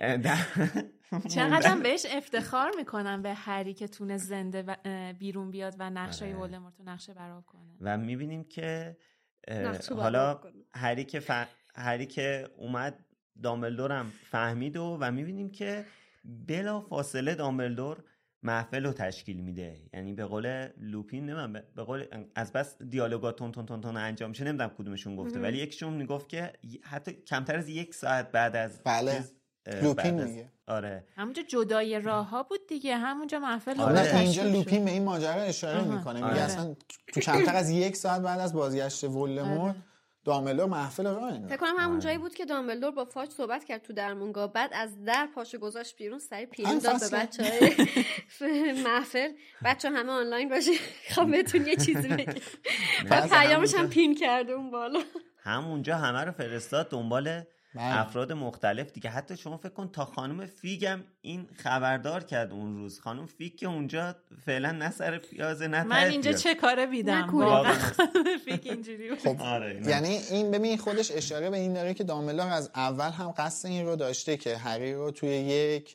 چقدر بهش افتخار میکنن به هری که تونه زنده و بیرون بیاد و نقشه‌های ولدمورت رو نقشه براب کنه. و میبینیم که حالا هری که ف... هری که اومد دامبلدور هم فهمید و و میبینیم که بلا فاصله دامبلدور محفل رو تشکیل میده. یعنی به قول لوپین نمیدونم به قول از بس دیالوگا تون تون تون تون انجام میشه، نمیدونم کدومشون گفته ولی یکیشون میگفت که حتی کمتر از یک ساعت بعد از بله لوپین میگه آره همونجا جدای راه ها بود دیگه، همونجا محفل آره. آره. اینجا لوپین به این ماجرا اشاره میکنه، میگه آره. اصلا تو کمتر از یک ساعت بعد از بازگشت ولدمورت آره. دامبلدور محفل راه انداخت. فکر کنم همون جایی بود که دامبلدور با فاج صحبت کرد تو درمونگاه، بعد از در پاشو گذاشت بیرون، سری پیرین داد به بچهای محفل، بچه همه آنلاین باشه خوام بهتون یه چیزی بگم. بعد پیامش هم پین کرده اون بالا. همونجا همه رو فرستاد دنبال افراد مختلف دیگه. حتی شما فکر کن تا خانم فیگم این خبردار کرد اون روز. خانم فیگ که اونجا فعلا نه سر پیازه نه من اینجا چه کاره بیدم واقعا خانم فیگ اینجوری خب آره یعنی این ببین خودش اشاره به این داره که دامبلدور از اول هم قصد این رو داشته که هری رو توی یک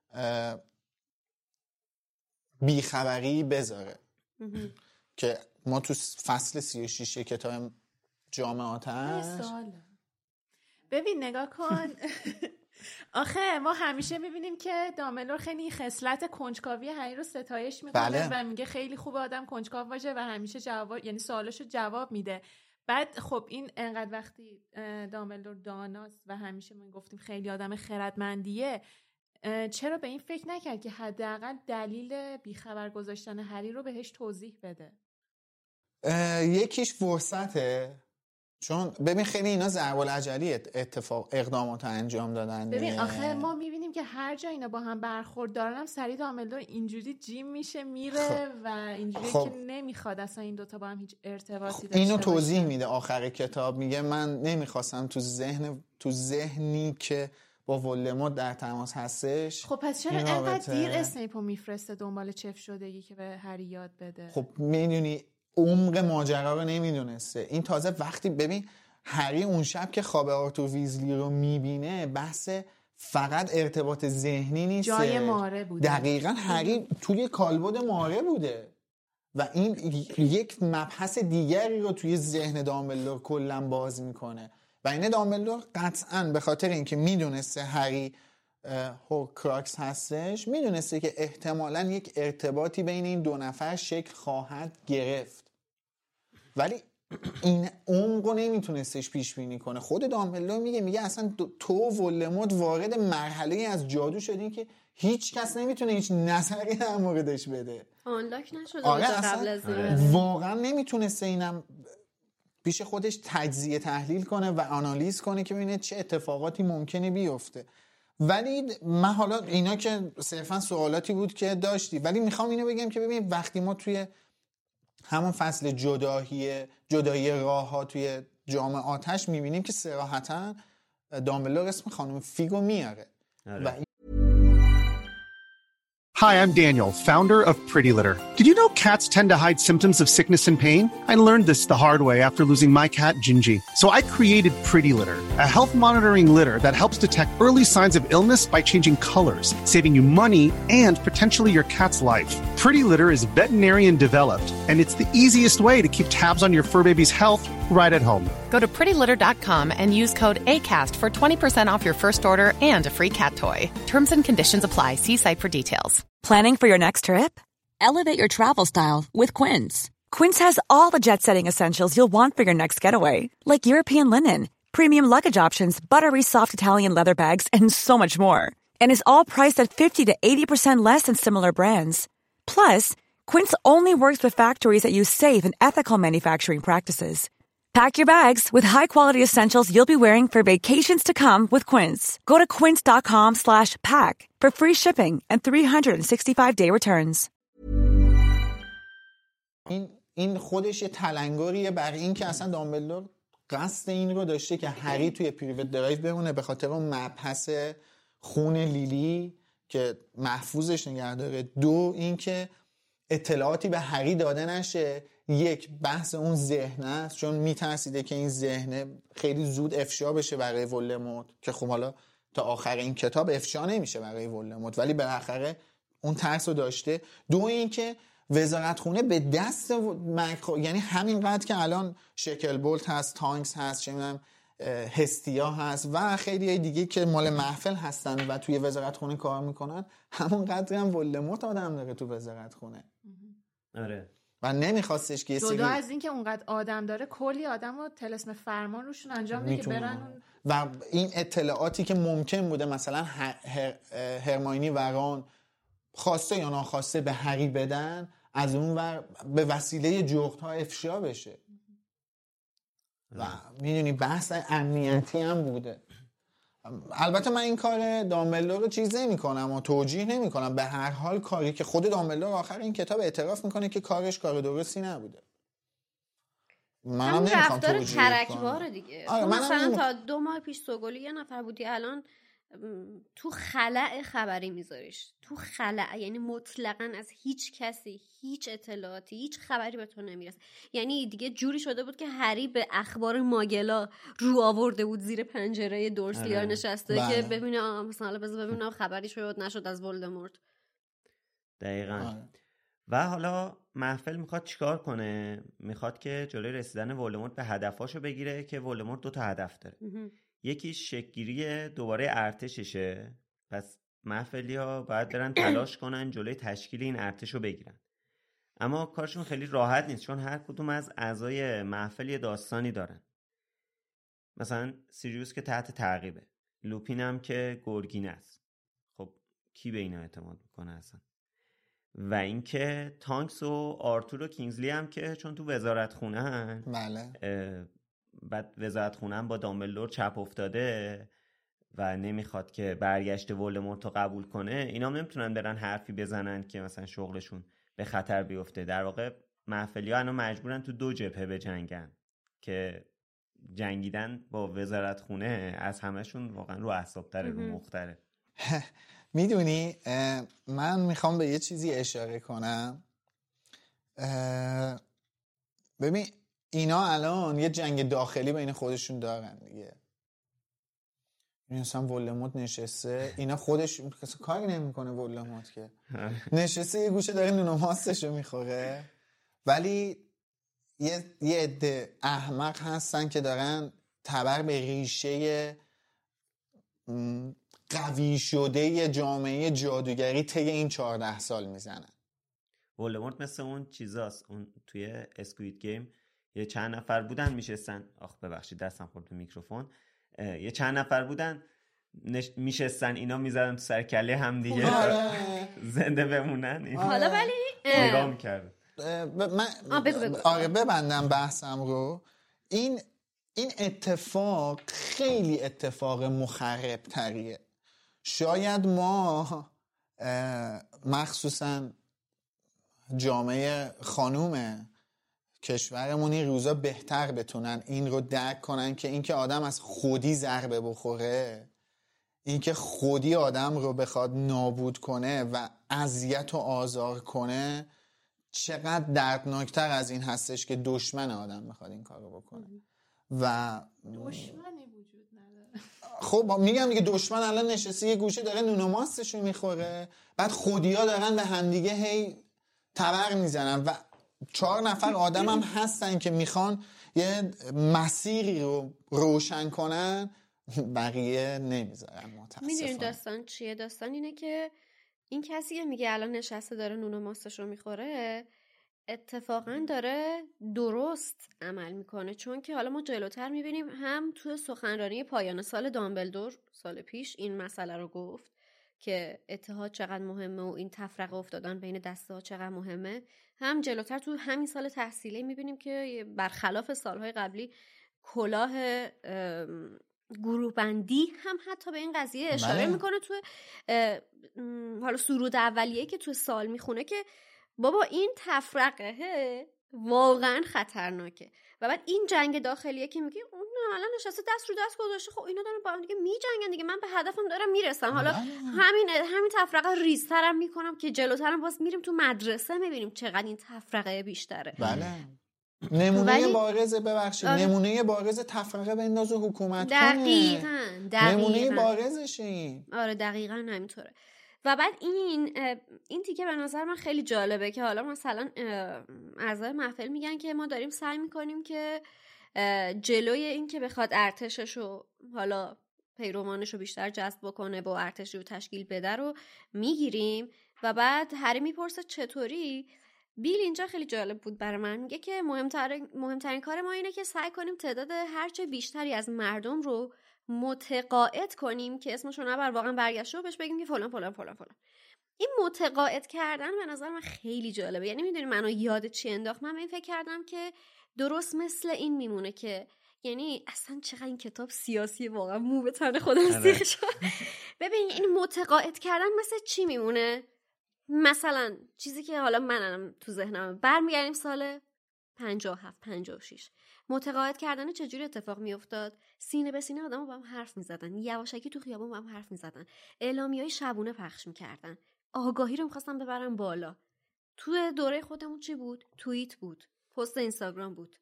بیخبری بذاره که ما تو فصل سی و شش کتاب جام آتش ببین نگاه کن آخه ما همیشه میبینیم که دامبلدور خیلی خصلت کنجکاوی هری رو ستایش میکنه بله. و میگه خیلی خوبه آدم کنجکاو باشه و همیشه جواب یعنی سوالاشو جواب میده. بعد خب این انقدر وقتی دامبلدور داناست و همیشه ما گفتیم خیلی آدم خردمندیه، چرا به این فکر نکرد که حداقل دلیل بیخبر گذاشتن هری رو بهش توضیح بده؟ یکیش فرصته، چون ببین خیلی اینا ضرب العجلی اتفاق اقدامات انجام دادن. ببین آخه ما میبینیم که هر جا اینا با هم برخورد دارن هم سریع دامبلدور اینجوری جیم میشه میره خب. و اینجوری خب. که نمیخواد اصلا این دوتا با هم هیچ ارتباطی خب. داشته اینو توضیح باشه. میده آخر کتاب میگه من نمیخواستم تو ذهن تو ذهنی که با ولدمورت در تماس هستش. خب پس چرا انقدر دیر اسنیپو میفرسته دنبال چف شدگی که به هری یاد بده؟ خب میدونی عمق ماجرا رو نمیدونسته. این تازه وقتی ببین هری اون شب که خواب آرتور ویزلی رو میبینه بحث فقط ارتباط ذهنی نیست، جای ماره بوده. دقیقاً هری توی کالبد ماره بوده و این یک مبحث دیگری رو توی ذهن دامبلدور کلاً باز میکنه و این دامبلدور قطعاً به خاطر اینکه میدونسته هری هورکراکس هستش، میدونسته که احتمالاً یک ارتباطی بین این دو نفر شکل خواهد گرفت، ولی این عمقو نمیتونستش پیش بینی کنه. خود دامبلدور میگه میگه اصلا تو و ولدمورت وارد مرحله از جادو شدین که هیچ کس نمیتونه هیچ نظری در موردش بده. آنلاک نشده آره قبل از این. واقعا نمیتونسته اینم پیش خودش تجزیه تحلیل کنه و آنالیز کنه که ببینه چه اتفاقاتی ممکنه بیفته. ولی من حالا اینا که صرفا سوالاتی بود که داشتی، ولی میخوام اینو بگم که ببین وقتی ما توی همون فصل جدایی جدایی راه ها توی جام آتش میبینیم که صراحتا دامبلدور اسم خانم فیگو میاره. و Hi, I'm Daniel, founder of Pretty Litter. Did you know cats tend to hide symptoms of sickness and pain? I learned this the hard way after losing my cat, Gingy. So I created Pretty Litter, a health monitoring litter that helps detect early signs of illness by changing colors, saving you money and potentially your cat's life. Pretty Litter is veterinarian developed, and it's the easiest way to keep tabs on your fur baby's health right at home. Go to pretty litter dot com and use code ACAST for twenty percent off your first order and a free cat toy. Terms and conditions apply. See site for details. Planning for your next trip? Elevate your travel style with Quince. Quince has all the jet-setting essentials you'll want for your next getaway, like European linen, premium luggage options, buttery soft Italian leather bags, and so much more. And is all priced at fifty to eighty percent less than similar brands. Plus, Quince only works with factories that use safe and ethical manufacturing practices. Pack your bags with high-quality essentials you'll be wearing for vacations to come with Quince. Go to quince.com slash pack for free shipping and three sixty-five day returns. این این خودش یه تلنگریه برای این که اصلا دامبلدور قصد این رو داشته که هری توی پریوت درایو بمونه، به خاطر اون مبحث خون لیلی که محفوظش نگه داره. دو این که اطلاعاتی به هری داده نشه. یک بحث اون ذهن است، چون میترسیده که این ذهن خیلی زود افشا بشه برای ولدمورت، که خب حالا تا آخر این کتاب افشا نمیشه برای ولدمورت، ولی بالاخره اون ترس رو داشته. دو این که وزارتخونه به دست مکرو، یعنی همینقدر که الان شکلبولت هست، تانکس هست، چه میدونم هستیا هست و خیلی دیگه که مال محفل هستن و توی وزارتخونه کار میکنن، همون قدر هم ولدمورت آدم داره تو وزارتخونه. آره. و نمیخواستش که جدا از این که اونقدر آدم داره، کلی آدم رو طلسم فرمان روشون انجام میده که برن. و این اطلاعاتی که ممکن بوده مثلا هر... هرماینی و رون خواسته یا ناخواسته به هری بدن، از اون ور به وسیله جغدها افشا بشه. و میدونی بحث امنیتی هم بوده. البته من این کار دامبلدور رو چیز نمی کنم و توجیه نمی کنم. به هر حال کاری که خود دامبلدور آخر این کتاب اعتراف میکنه که کارش کار درستی نبوده. منم نمیخوام توجیه کنم. ترکبار دیگه. آره مثلا نمی... تا دو ماه پیش سوگلی یه نفر بودی، الان تو خلأ خبری میذاریش. تو خلأ یعنی مطلقاً از هیچ کسی هیچ اطلاعاتی هیچ خبری به تو نمیرسه. یعنی دیگه جوری شده بود که هری به اخبار ماگلا رو آورده بود زیر پنجره دورسلی‌ها نشسته بله. که ببینه مثلا بذار ببینم خبری شد نشد از ولدمورت. دقیقاً. آه. و حالا محفل میخواد چیکار کنه؟ میخواد که جلوی رسیدن ولدمورت به هدفاشو بگیره که ولدمورت دو تا هدف داره. یکی شکل‌گیری دوباره ارتششه، پس محفلی‌ها باید برن تلاش کنن جلوی تشکیل این ارتشو بگیرن. اما کارشون خیلی راحت نیست، چون هر کدوم از اعضای محفل یه داستانی دارن. مثلا سیریوس که تحت تعقیبه، لوپین هم که گرگین است. خب کی به اینا اعتماد میکنه اصلا؟ و اینکه تانکس و آرتور و کینگزلی هم که چون تو وزارت خونه هن، بله. بعد وزارت خونه هم با دامبلدور چپ افتاده و نمیخواد که برگشت ولدمورت رو قبول کنه، اینا هم نمیتونن برن حرفی بزنن که مثلا شغلشون به خطر بیفته. در واقع محفلی‌ها الان مجبورن تو دو جبهه بجنگن که جنگیدن با وزارت خونه از همشون واقعا رو اعصاب تره، رو مختره. میدونی من میخوام به یه چیزی اشاره کنم. ببین اینا الان یه جنگ داخلی بین خودشون دارن دیگه. این اصلا ولدمورت نشسته، اینا خودش کسی کاری نمیکنه، ولدمورت که نشسته یه گوشه داره نون و ماستشو میخوره، ولی یه یه عده احمق هستن که دارن تبر به ریشه قوی شده جامعه جادوگری طی این چهارده سال میزنن. ولدمورت مثل اون چیزاست، اون توی اسکوید گیم یه چند نفر بودن میشستن، آخ ببخشید دستم خورد به میکروفون، یه چند نفر بودن نش... میشستن اینا میزدن تو سر کله هم دیگه زنده بمونن. حالا ولی نگاه میکرد. من آره ببندم بحثم رو. این این اتفاق خیلی اتفاق مخرب تریه. شاید ما مخصوصا جامعه خانوم کشورمون این روزا بهتر بتونن این رو درک کنن که اینکه آدم از خودی ضربه بخوره، اینکه خودی آدم رو بخواد نابود کنه و اذیت و آزار کنه چقدر دردناکتر از این هستش که دشمن آدم بخواد این کار رو بکنه. و دشمنی وجود نداره. خب میگم دیگه دشمن الان نشسته یه گوشه داره نون و ماستشو میخوره، بعد خودیا دارن به همدیگه هی تبر میزنن و چهار نفر آدم هم هستن که میخوان یه مسیری رو روشن کنن، بقیه نمیذارن. متاسفانه میدونی داستان چیه؟ داستان اینه که این کسی که میگه الان نشسته داره نون و ماستش رو میخوره اتفاقا داره درست عمل میکنه، چون که حالا ما جلوتر میبینیم هم توی سخنرانی پایان سال دامبلدور سال پیش این مسئله رو گفت که اتحاد چقدر مهمه و این تفرقه افتادن بین دسته ها چقدر مهمه، هم جلوتر تو همین سال تحصیلی میبینیم که برخلاف سالهای قبلی کلاه گروه بندی هم حتی به این قضیه اشاره بله. میکنه تو حالا سرود اولیه که تو سال میخونه که بابا این تفرقه واقعا خطرناکه. و بعد این جنگ داخلیه که میگه اون عملا نشسته دست رو دست گذاشته، خب اینا دارن با هم دیگه میجنگن دیگه، من به هدفم دارم میرسم. حالا همین همین تفرقه ریزترم میکنم که جلوترم باز میریم تو مدرسه میبینیم چقدر این تفرقه بیشتره. بله. نمونه ولی... بارز ببخشید آره. نمونه بارز تفرقه بنداز و حکومت دقیقاً. کنه. دقیقاً نمونه بارزشه این. آره دقیقاً همینطوره. و بعد این این تیکه به نظر من خیلی جالبه که حالا مثلا اعضای محفل میگن که ما داریم سعی میکنیم که جلوی این که بخواد ارتششو حالا پیروانشو بیشتر جذب بکنه با ارتش رو تشکیل بده رو میگیریم. و بعد هری میپرسه چطوری. بیل اینجا خیلی جالب بود برای من، میگه که مهمترین مهمترین کار ما اینه که سعی کنیم تعداد هرچه بیشتری از مردم رو متقاعد کنیم که اسمشو نبر واقعا برگشته و بهش بگیم که فلان فلان فلان فلان. این متقاعد کردن به نظر من خیلی جالبه. یعنی میدونی منو یاد چی انداخت؟ من به این فکر کردم که درست مثل این میمونه که یعنی اصلا چقدر این کتاب سیاسی، واقعا مو به تن خودم سیخ شد. ببین این متقاعد کردن مثل چی میمونه؟ مثلا چیزی که حالا منم تو ذهنم برمیگردیم سال پنجاه و هفت پنجاه و شش، متقاعد کردن چجوری اتفاق میافتاد؟ سینه به سینه آدم‌ها با هم حرف می‌زدن، یواشکی تو خیابون با هم حرف می‌زدن، اعلامیه‌های شبونه پخش می‌کردن، آگاهی رو می‌خواستن ببرن بالا. تو دوره خودمون چی بود؟ توییت بود، پست اینستاگرام بود،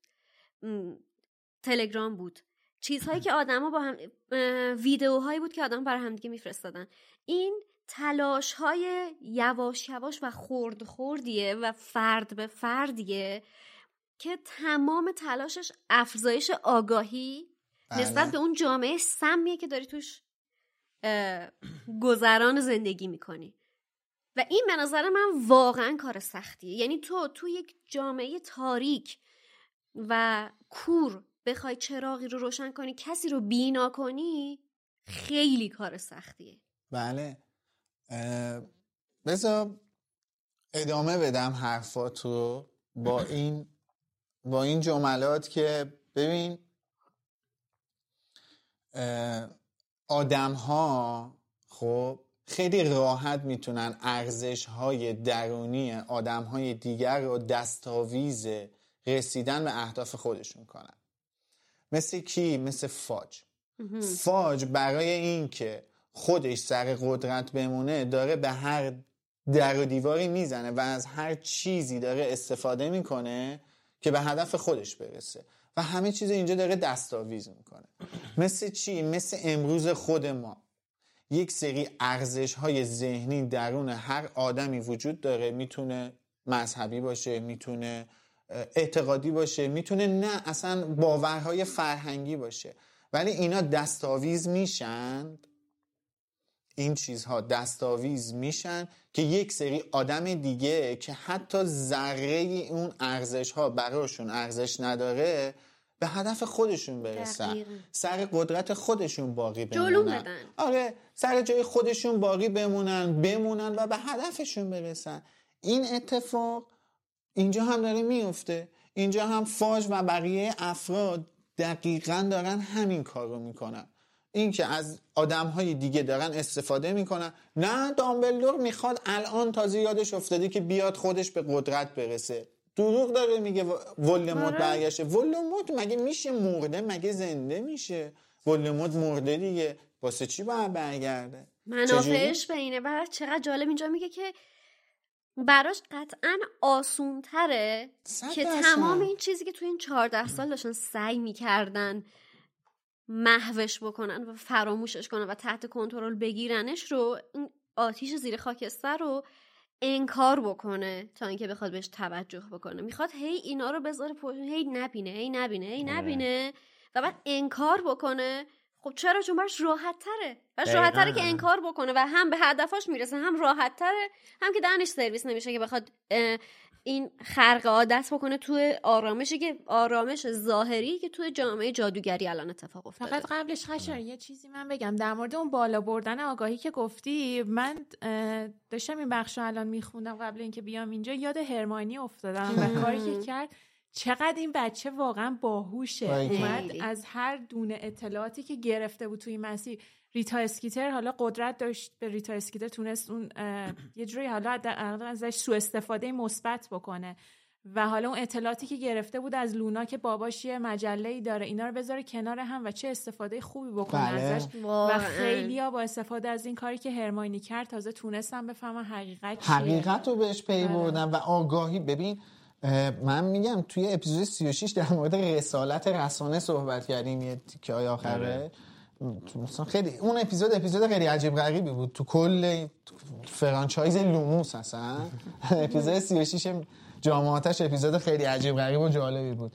تلگرام بود، چیزهایی که آدم‌ها با هم، ویدیوهایی بود که آدم‌ها برای هم دیگه می‌فرستادن. این تلاش‌های یواش یواش و خرد خردیه و فرد به فردیه که تمام تلاشش افزایش آگاهی بله. نسبت به اون جامعه سمیه که داری توش گذران زندگی میکنی. و این به نظر من واقعا کار سختیه. یعنی تو تو یک جامعه تاریک و کور بخوای چراغی رو روشن کنی، کسی رو بینا کنی، خیلی کار سختیه. بله. بذار ادامه بدم حرفاتو با این با این جملات که ببین آدم ها خب خیلی راحت میتونن ارزش های درونی آدم های دیگر رو دستاویز رسیدن به اهداف خودشون کنن. مثل کی؟ مثل فاج. فاج برای این که خودش سر قدرت بمونه داره به هر در و دیواری میزنه و از هر چیزی داره استفاده میکنه که به هدف خودش برسه و همه چیز اینجا داره دستاویز میکنه. مثل چی؟ مثل امروز خود ما یک سری ارزش های ذهنی درون هر آدمی وجود داره. میتونه مذهبی باشه، میتونه اعتقادی باشه، میتونه نه اصلا باورهای فرهنگی باشه، ولی اینا دستاویز میشن. این چیزها دستاویز میشن که یک سری آدم دیگه که حتی ذره اون ارزش ها براشون ارزش نداره به هدف خودشون برسن. دقیقا. سر قدرت خودشون باقی بمونن. جلو بدن. آره، سر جای خودشون باقی بمونن بمونن و به هدفشون برسن. این اتفاق اینجا هم داره میفته. اینجا هم فاج و بقیه افراد دقیقاً دارن همین کار رو میکنن. این که از آدم‌های دیگه دارن استفاده میکنن. نه، دامبلدور میخواد الان تازه یادش افتاده که بیاد خودش به قدرت برسه. دروغ داره میگه ولدمورت برگشته. ولدمورت مگه میشه مرده؟ مگه زنده میشه؟ ولدمورت مرده دیگه، واسه چی باید برگرده؟ منافعش به اینه. بعد چقدر جالب اینجا میگه که براش قطعاً آسون تره که تمام این چیزی که توی این چهارده سال داشتن سعی میکردن محوش بکنن و فراموشش کنن و تحت کنترل بگیرنش رو، این آتیش زیر خاکستر رو انکار بکنه تا اینکه بخواد بهش توجه بکنه. میخواد هی اینا رو بذاره پشت، هی نبینه هی نبینه هی نبینه و بعد انکار بکنه. خب چرا؟ چون براش راحت تره. براش راحت تره که انکار بکنه و هم به هدفاش میرسه، هم راحت تره، هم که دهنش سرویس نمیشه که بخواد این خرق عادت بکنه توی آرامشی که آرامش ظاهری که توی جامعه جادوگری الان اتفاق افتاده. فقط قبلش خشر یه چیزی من بگم در مورد اون بالا بردن آگاهی که گفتی. من داشتم این بخشو الان میخوندم قبل اینکه بیام اینجا، یاد هرماینی افتادم و کاری که کرد. چقدر این بچه واقعا باهوشه، اومد از هر دونه اطلاعاتی که گرفته بود توی مسیر. ریتا اسکیتر حالا قدرت داشت، به ریتا اسکیتر تونست اون یه جوری حالا ازش سوء استفاده مثبت بکنه و حالا اون اطلاعاتی که گرفته بود از لونا که باباش یه مجله‌ای داره اینا رو بذاره کنار هم و چه استفاده خوبی بکنه بله. ازش و خیلی‌ها با استفاده از این کاری که هرماینی کرد تازه تونستن بفهمن حقیقت چیه. حقیقت رو بهش پی بردن و آگاهی. ببین من میگم توی اپیزود سی و شش در مورد رسالت رسانه صحبت کردیم یه تیکه های آخره. مثلا خیلی اون اپیزود اپیزود خیلی عجیب غریبی بود تو کل فرانچایز لوموس. اصلا اپیزود سی و شش جامعاتش اپیزود خیلی عجیب غریب و جالبی بود.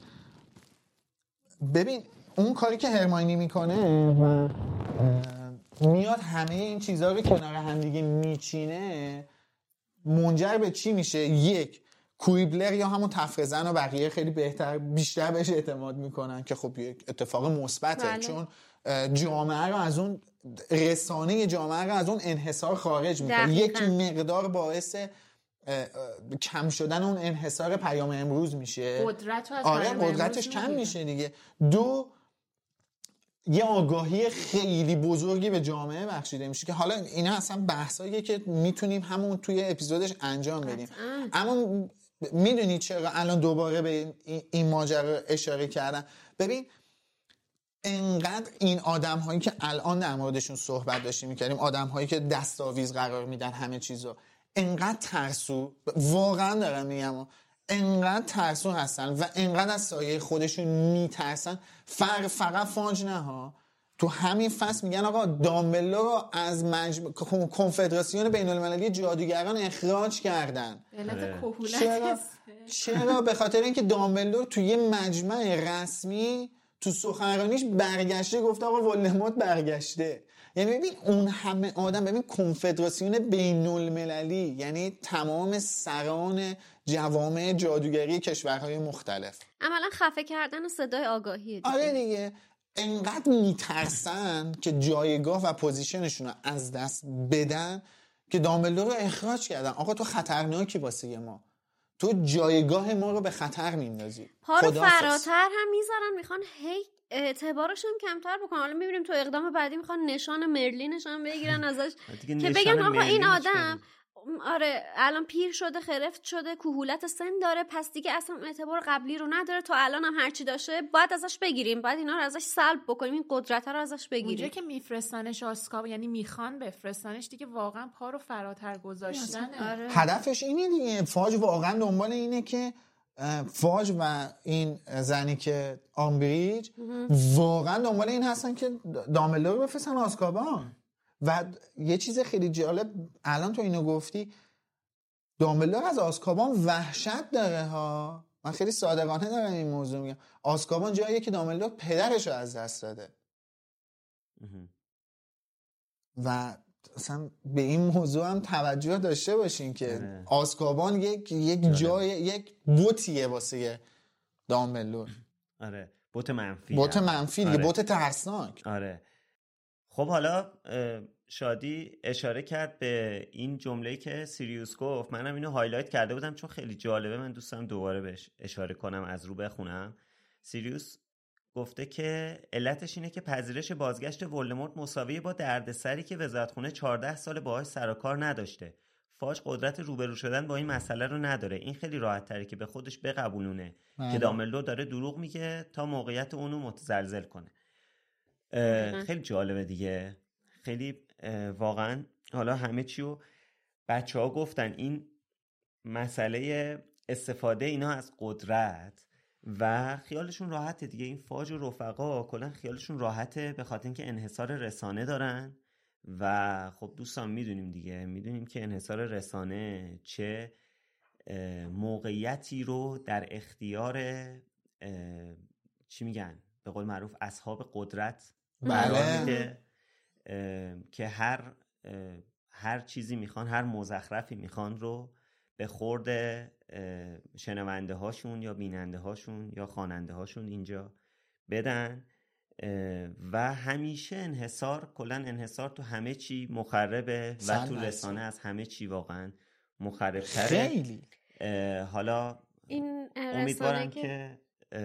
ببین اون کاری که هرماینی میکنه و میاد همه این چیزها رو کنار هم دیگه میچینه، منجر به چی میشه؟ یک، کویبلر یا همون تفرزن و بقیه خیلی بهتر بیشتر بهش اعتماد میکنن که خب یک اتفاق مثبته بله. چون جامعه رو از اون رسانه جامعه رو از اون انحصار خارج میکنه. یک مقدار باعث کم شدن اون انحصار پیام امروز میشه. قدرت از آره قدرتش کم میشه دیگه. دو، یه آگاهی خیلی بزرگی به جامعه بخشیده میشه که حالا اینا اصلا بحثاییه که میتونیم همون توی اپیزودش انجام بدیم. اما میدونی چرا الان دوباره به این ماجرا اشاره کردم؟ ببین انقدر این آدم هایی که الان در موردشون صحبت داشتیم میکردیم، آدم هایی که دستاویز قرار میدن همه چیزو، انقدر ترسو، واقعا دارم میگم انقدر ترسو هستن و انقدر از سایه خودشون میترسن. فرق فقط فاج نه ها، تو همین فصل میگن آقا دامبلدور رو از مجمع کنفدراسیون بین المللی جادوگران اخراج کردن. چرا؟ چرا؟ به خاطر اینکه دامبلدور توی یه مجمع رسمی تو سخنرانیش برگشته گفته آقا ولدمورت برگشته. یعنی ببین اون همه آدم، ببین کنفدراسیون بین المللی یعنی تمام سران جوامع جادوگری کشورهای مختلف، عملا خفه کردن و صدای آگاهیه دیگه. آره دیگه، انقدر میترسن که جایگاه و پوزیشنشون رو از دست بدن که دامبلدور رو اخراج کردن. آقا تو خطرناکی واسه ما، تو جایگاه ما رو به خطر میندازی. پا رو فراتر هم میذارن، میخوان هی اعتبارشون کمتر بکنن. حالا میبینیم تو اقدام بعدی میخوان نشان مرلینش هم بگیرن ازش که بگن آقا این آدم آره الان پیر شده، خرفت شده، کهولت سن داره، پس دیگه اصلا اعتبار قبلی رو نداره، تا الان هم هرچی داشته باید ازش بگیریم، باید اینا رو ازش سلب بکنیم، این قدرت رو ازش بگیریم. اونجا که میفرستنش آسکابان، یعنی میخوان بفرستنش دیگه، واقعا پا رو فراتر گذاشتن. آره. هدفش اینه دیگه. فاج واقعا دنبال اینه که فاج و این زنی که آمبریج واقعا دنبال این هستن که دامبلدور رو بفرستن آسکابان. و یه چیز خیلی جالب الان تو اینو گفتی، دامبلدور از آزکابان وحشت داره ها. من خیلی صادقانه دارم این موضوع میگم. آزکابان جاییه که دامبلدور پدرش رو از دست داده و اصلا به این موضوع هم توجه داشته باشین که آزکابان یک یک جای یک بوتیه واسه دامبلدور. آره بوت منفی، بوت منفی دیگه، بوت ترسناک. آره. خب حالا شادی اشاره کرد به این جمله‌ای که سیریوس گفت، منم اینو هایلایت کرده بودم چون خیلی جالبه، من دوستم دوباره بهش اشاره کنم، از رو بخونم. سیریوس گفته که علتش اینه که پذیرش بازگشت ولدمورت مساویه با دردسری که وزارتخونه چهارده سال باهاش سر و کار نداشته. فاج قدرت روبرو شدن با این مسئله رو نداره. این خیلی راحت تره که به خودش بقبولونه مهم. که دامبلدور داره دروغ میگه تا موقعیت اونو متزلزل کنه. خیلی جالبه دیگه، خیلی واقعا. حالا همه چیو بچه ها گفتن، این مسئله استفاده اینا از قدرت و خیالشون راحته دیگه. این فاج و رفقا کلا خیالشون راحته به خاطر اینکه انحصار رسانه دارن و خب دوستان میدونیم دیگه، میدونیم که انحصار رسانه چه موقعیتی رو در اختیار چی میگن به قول معروف اصحاب قدرت قرار میده که هر هر چیزی میخوان، هر مزخرفی میخوان رو به خورد شنونده هاشون یا بیننده هاشون یا خواننده هاشون اینجا بدن و همیشه انحصار کلا انحصار تو همه چی مخربه و تو رسانه از همه چی واقعا مخرب‌تره. خیلی حالا این امیدوارم که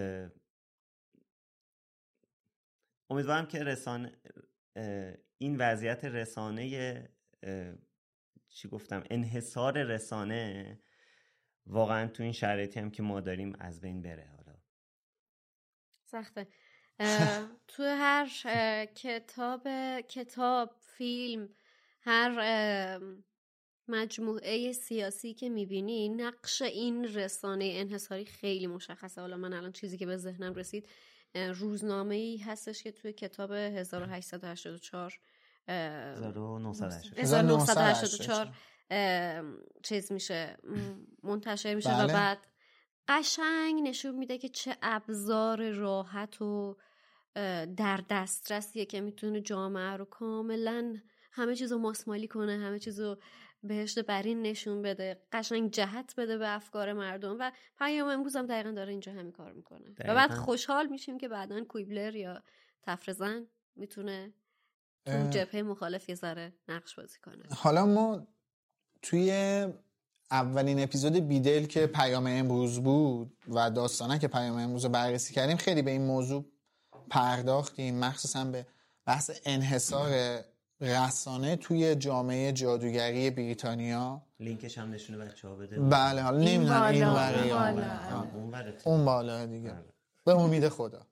امیدوارم که رسانه این وضعیت رسانه چی گفتم انحصار رسانه واقعا تو این شرایطی هم که ما داریم از بین بره. حالا سخته. تو هر کتاب کتاب فیلم هر مجموعه سیاسی که میبینی نقش این رسانه انحصاری خیلی مشخصه. حالا من الان چیزی که به ذهنم رسید روزنامه‌ای هستش که توی کتاب هزار و هشتصد و هشتاد و چهار هزار و نهصد و هشتاد و چهار چیز میشه منتشر میشه بله. و بعد قشنگ نشون میده که چه ابزار راحت و در دسترسیه که میتونه جامعه رو کاملا همه چیزو ماسمالی کنه، همه چیزو بهشت برین نشون بده، قشنگ جهت بده به افکار مردم و پیام امروز هم دقیقا داره اینجا همین کار میکنه دقیقا. و بعد خوشحال میشیم که بعداً کویبلر یا تفرزن میتونه تو جبهه مخالف یه ذره نقش بازی کنه. حالا ما توی اولین اپیزود بیدل که پیام امروز بود و داستانه که پیام امروز رو بررسی کردیم خیلی به این موضوع پرداختیم، مخصوصا به بحث انحصار رسانه توی جامعه جادوگری بریتانیا. لینکش هم نشونه بچه‌ها بده. بله حالا نمیدونم این ورقی اون اون بالا دیگه به امید خدا.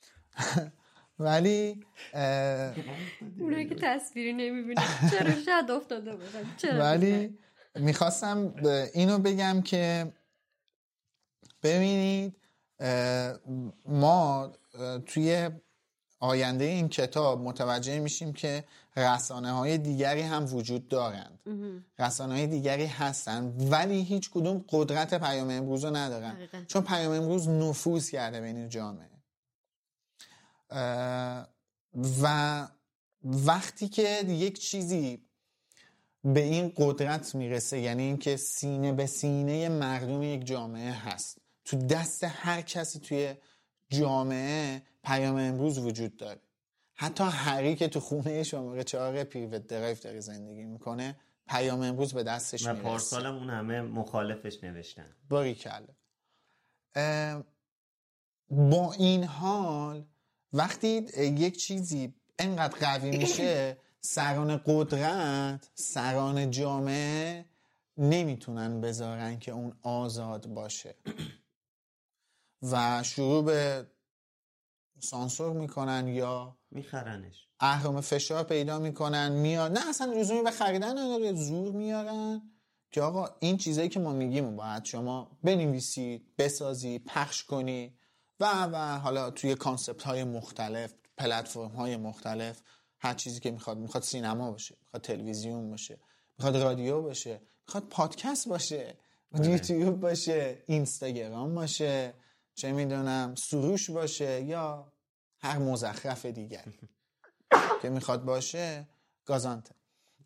ولی اونایی که تصویری نمیبینن چرا شاید افتاده باشن چرا. ولی میخواستم اینو بگم که ببینید ما توی آینده این کتاب متوجه میشیم که رسانه های دیگری هم وجود دارند، رسانه های دیگری هستن ولی هیچ کدوم قدرت پیام امروز رو ندارن دقیقا. چون پیام امروز نفوذ کرده بین جامعه و وقتی که یک چیزی به این قدرت میرسه، یعنی اینکه سینه به سینه مردم یک جامعه هست، تو دست هر کسی توی جامعه پیام امروز وجود داره. حتی هری که تو خونه شماره چهار پریوت درایو داره زندگی میکنه پیام امروز به دستش میرسه. و پارسالم اون همه مخالفش نوشتن. باریکلا. با این حال وقتی یک چیزی انقدر قوی میشه سران قدرت، سران جامعه نمیتونن بذارن که اون آزاد باشه و شروع به سانسور میکنن یا میخرنش، اهرم فشار پیدا میکنن، میاد نه اصلا لزومی به خریدن نداره، زور میارن که آقا این چیزایی که ما میگیم باید شما بنویسید، بسازی، پخش کنی و و حالا توی کانسپت های مختلف، پلتفرم های مختلف، هر چیزی که میخواد، میخواد سینما باشه، میخواد تلویزیون باشه، میخواد رادیو باشه، میخواد پادکست باشه، یوتیوب باشه، اینستاگرام باشه، چه میدونم سروش باشه یا هر مزخرف دیگر که میخواد باشه، گازانته.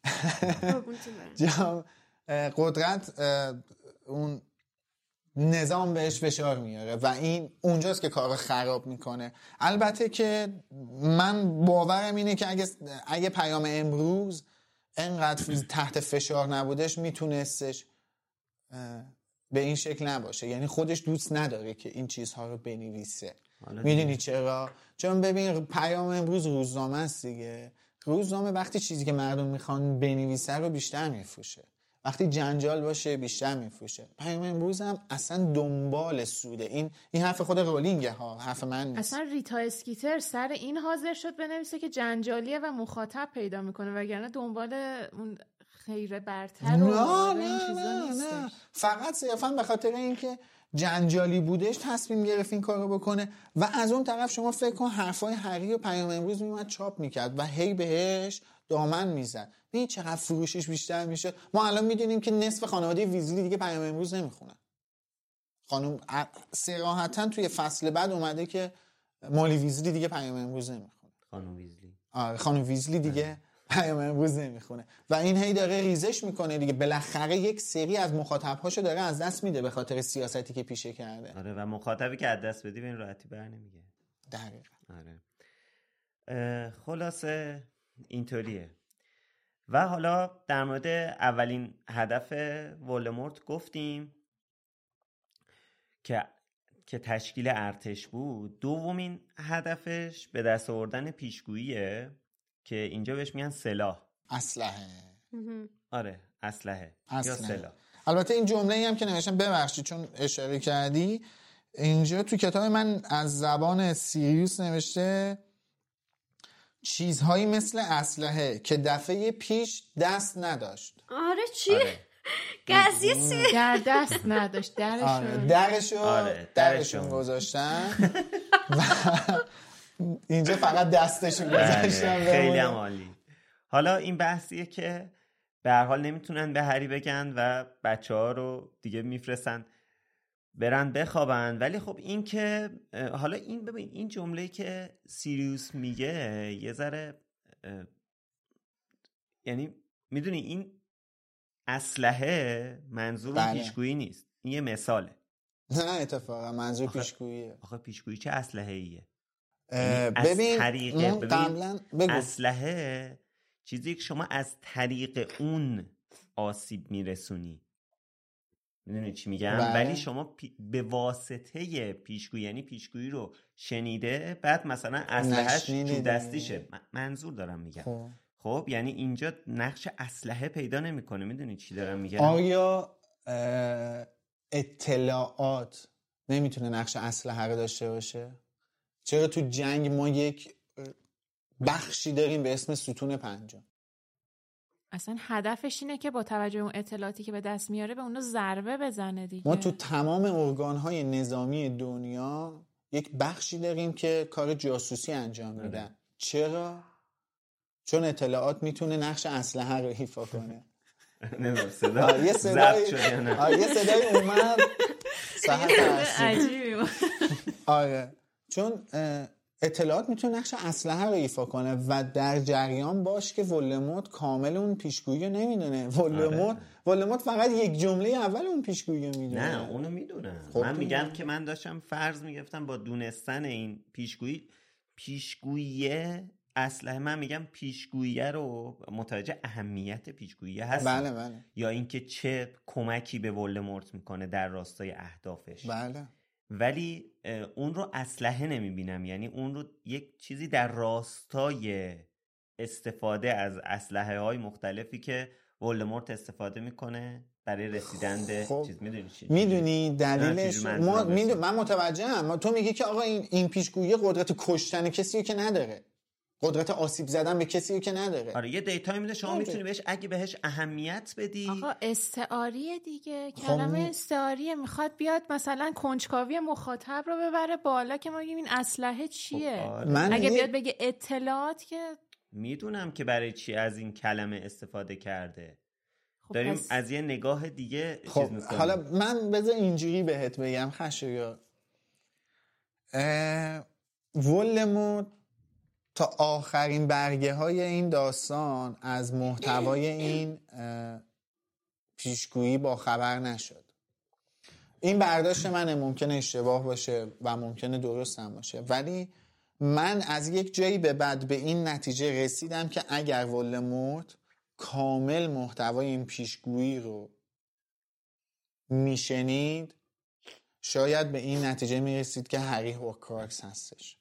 قدرت اون نظام بهش فشار میاره و این اونجاست که کار خراب میکنه. البته که من باورم اینه که اگه اگه پیام امروز انقدر تحت فشار نبودش میتونستش به این شکل نباشه، یعنی خودش دوست نداره که این چیزها رو بنویسه. میدونی چرا؟ چون ببین پیام امروز روزنامه است دیگه. روزنامه وقتی چیزی که مردم میخوان بنویسه رو بیشتر میفروشه، وقتی جنجال باشه بیشتر میفروشه. پیام امروز هم اصلا دنبال سوده. این این حرف خود رولینگه ها، حرف من نیست. اصلا ریتا اسکیتر سر این حاضر شد بنویسه که جنجالیه و مخاطب پیدا میکنه، وگرنه دنبال اون خیر برتر و نه این نه چیزا نه نیستش. نه فقط صرفا به خاطر اینکه جنجالی بودش تصمیم گرفت این کارو بکنه و از اون طرف شما فکر کن حرفای هری و پیام امروز میومد چاپ میکرد و هی بهش دامن میزد. ببین چقدر فروشش بیشتر میشه. ما الان میدونیم که نصف خانواده ویزلی دیگه پیام امروز نمیخونن. خانم صراحتا توی فصل بعد اومده که مالی ویزلی دیگه پیام امروز نمیخونه. خانم ویزلی آره خانم ویزلی دیگه پیام امروز نمیخونه و این هی داره ریزش میکنه دیگه. بالاخره یک سری از مخاطبهاشو داره از دست میده به خاطر سیاستی که پیشه کرده. آره و مخاطبی که از دست بدی به این راحتی بر نمیگه. دقیقاً. آره. خلاصه اینطوریه. و حالا در مورد اولین هدف ولدمورت گفتیم که که تشکیل ارتش بود. دومین هدفش به دست آوردن پیشگوییه که اینجا بهش میگن سلاح، اسلحه. آره اسلحه یا سلاح. البته این جمله‌ای هم که نوشتم، ببخشید چون اشاره کردی، اینجا تو کتاب من از زبان سیریوس نوشته چیزهایی مثل اسلحه که دفعه پیش دست نداشت. آره چی؟ آره. قضیه سی در دست نداشت، درشو آره درشو آره درشون گذاشتن و اینجا فقط دستشو گذاشتن. خیلی هم عالی. حالا این بحثیه که به هر حال نمیتونن به هری بگن و بچه ها رو دیگه میفرستن برن بخوابن. ولی خب این که حالا این ببین این جمله‌ای که سیریوس میگه یه ذره یعنی میدونی این اسلحه منظور بله. پیشگویی نیست، این یه مثاله. نه اتفاقا منظور آخه... پیشگوییه. آخه پیشگویی چه اسلحه‌ایه؟ ببین طریق ببین اسلحه چیزی که شما از طریق اون آسیب میرسونی. میدونی چی میگم؟ بله. ولی شما پی... به واسطه پیشگویی، یعنی پیشگویی رو شنیده بعد مثلا اسلحه‌اش تو دستیشه. منظور دارم میگم. خب. خب یعنی اینجا نقش اسلحه پیدا نمیکنه. میدونی چی دارم میگم؟ آیا اطلاعات نمیتونه نقش اسلحه رو داشته باشه؟ چرا تو جنگ ما یک بخشی داریم به اسم ستون پنجم؟ اصلا هدفش اینه که با توجه اون اطلاعاتی که به دست میاره به اونو ضربه بزنه دیگه. ما تو تمام ارگان‌های نظامی دنیا یک بخشی داریم که کار جاسوسی انجام میدن. چرا؟ چون اطلاعات میتونه نقش اسلحه رو ایفا کنه. نمیدونم صدا یه صدای یه صدای اومد صحت عجیبی بود. آره چون اطلاعات میتونه نقش اسلحه رو ایفا کنه و در جریان باش که ولدمورت کامل اون پیشگویی رو نمیدونه. ولدمورت ولدمورت فقط یک جمله اول اون پیشگویی رو میدونه. نه اونو میدونم. خب من میگم که من داشتم فرض میگفتم با دونستن این پیشگویی پیشگویی اسلحه، من میگم پیشگویی رو متوجه اهمیت پیشگویی هست. بله بله. یا اینکه چه کمکی به ولدمورت میکنه در راستای اهدافش. بله. ولی اون رو اسلحه نمیبینم، یعنی اون رو یک چیزی در راستای استفاده از اسلحه های مختلفی که ولدمورت استفاده میکنه برای رسیدن به خب. چیز. میدونی چی؟ میدونی دلیلش ما میدون... من متوجهم. تو میگی که آقا این این پیشگویی قدرت کشتن کسی رو که نداره، قدرت آسیب زدن به کسی رو که نداره. آره یه دیتا میده شما میتونی بهش اگه بهش اهمیت بدی. آقا استعاریه دیگه، کلمه خب... استعاریه، میخواد بیاد مثلا کنجکاوی مخاطب رو ببره بالا که ما بگیم این اسلحه چیه. خب آره. اگه بیاد بگه اطلاعات که میدونم که برای چی از این کلمه استفاده کرده. خب داریم پس... از یه نگاه دیگه خب چیز میکنیم. حالا من بذار اینجوری بهت بگم خشایار، ولدمورت تا آخرین برگه های این داستان از محتوای این پیشگویی با خبر نشد. این برداشت منه، ممکنه اشتباه باشه و ممکنه درست هم باشه، ولی من از یک جایی به بعد به این نتیجه رسیدم که اگر ولدمورت کامل محتوای این پیشگویی رو میشنید شاید به این نتیجه میرسید که هری هورکراکس هستش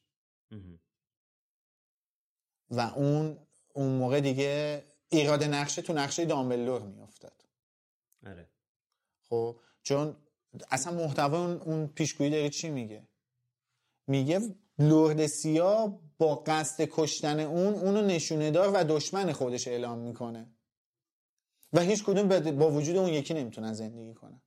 و اون اون موقع دیگه ایراد نقشه تو نقشه دامبلدور میافتاد. آره. خب چون اصلا محتوا اون, اون پیشگویی داره چی میگه؟ میگه لرد سیاه با قصد کشتن اون اونو نشونه‌دار و دشمن خودش اعلام میکنه و هیچ کدوم با وجود اون یکی نمیتونن زندگی کنن.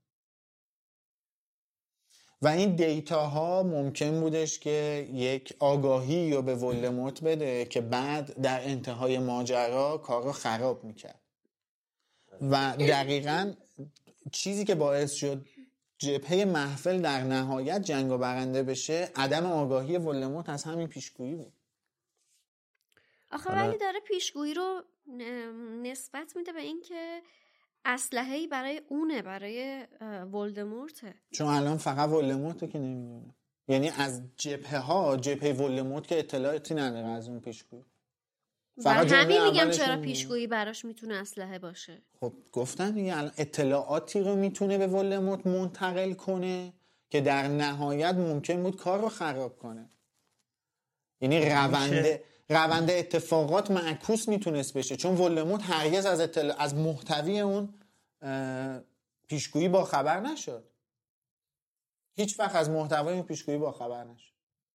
و این دیتاها ممکن بودش که یک آگاهی رو به ولدمورت بده که بعد در انتهای ماجرا کار رو خراب میکرد. و دقیقاً چیزی که باعث شد جبهه محفل در نهایت جنگ و برنده بشه عدم آگاهی ولدمورت از همین پیشگویی بود. آخه ولی داره پیشگویی رو نسبت میده به این که اسلحه‌ای برای اونه، برای ولدمورته. چون الان فقط ولدمورته که نمیدونه، یعنی از جبهه ها جبهه ولدمورت که اطلاعاتی نداره از اون پیشگویی. فقط همین میگم چرا پیشگویی براش میتونه اسلحه باشه. خب گفتن دیگه الان اطلاعاتی رو میتونه به ولدمورت منتقل کنه که در نهایت ممکن بود کار رو خراب کنه. یعنی روند روند اتفاقات معکوس میتونست بشه، چون ولدمورت هرگز از اطلاع... از محتوی اون پیشگویی با خبر نشد. هیچ وقت از محتوای اون پیشگویی با خبر نشد.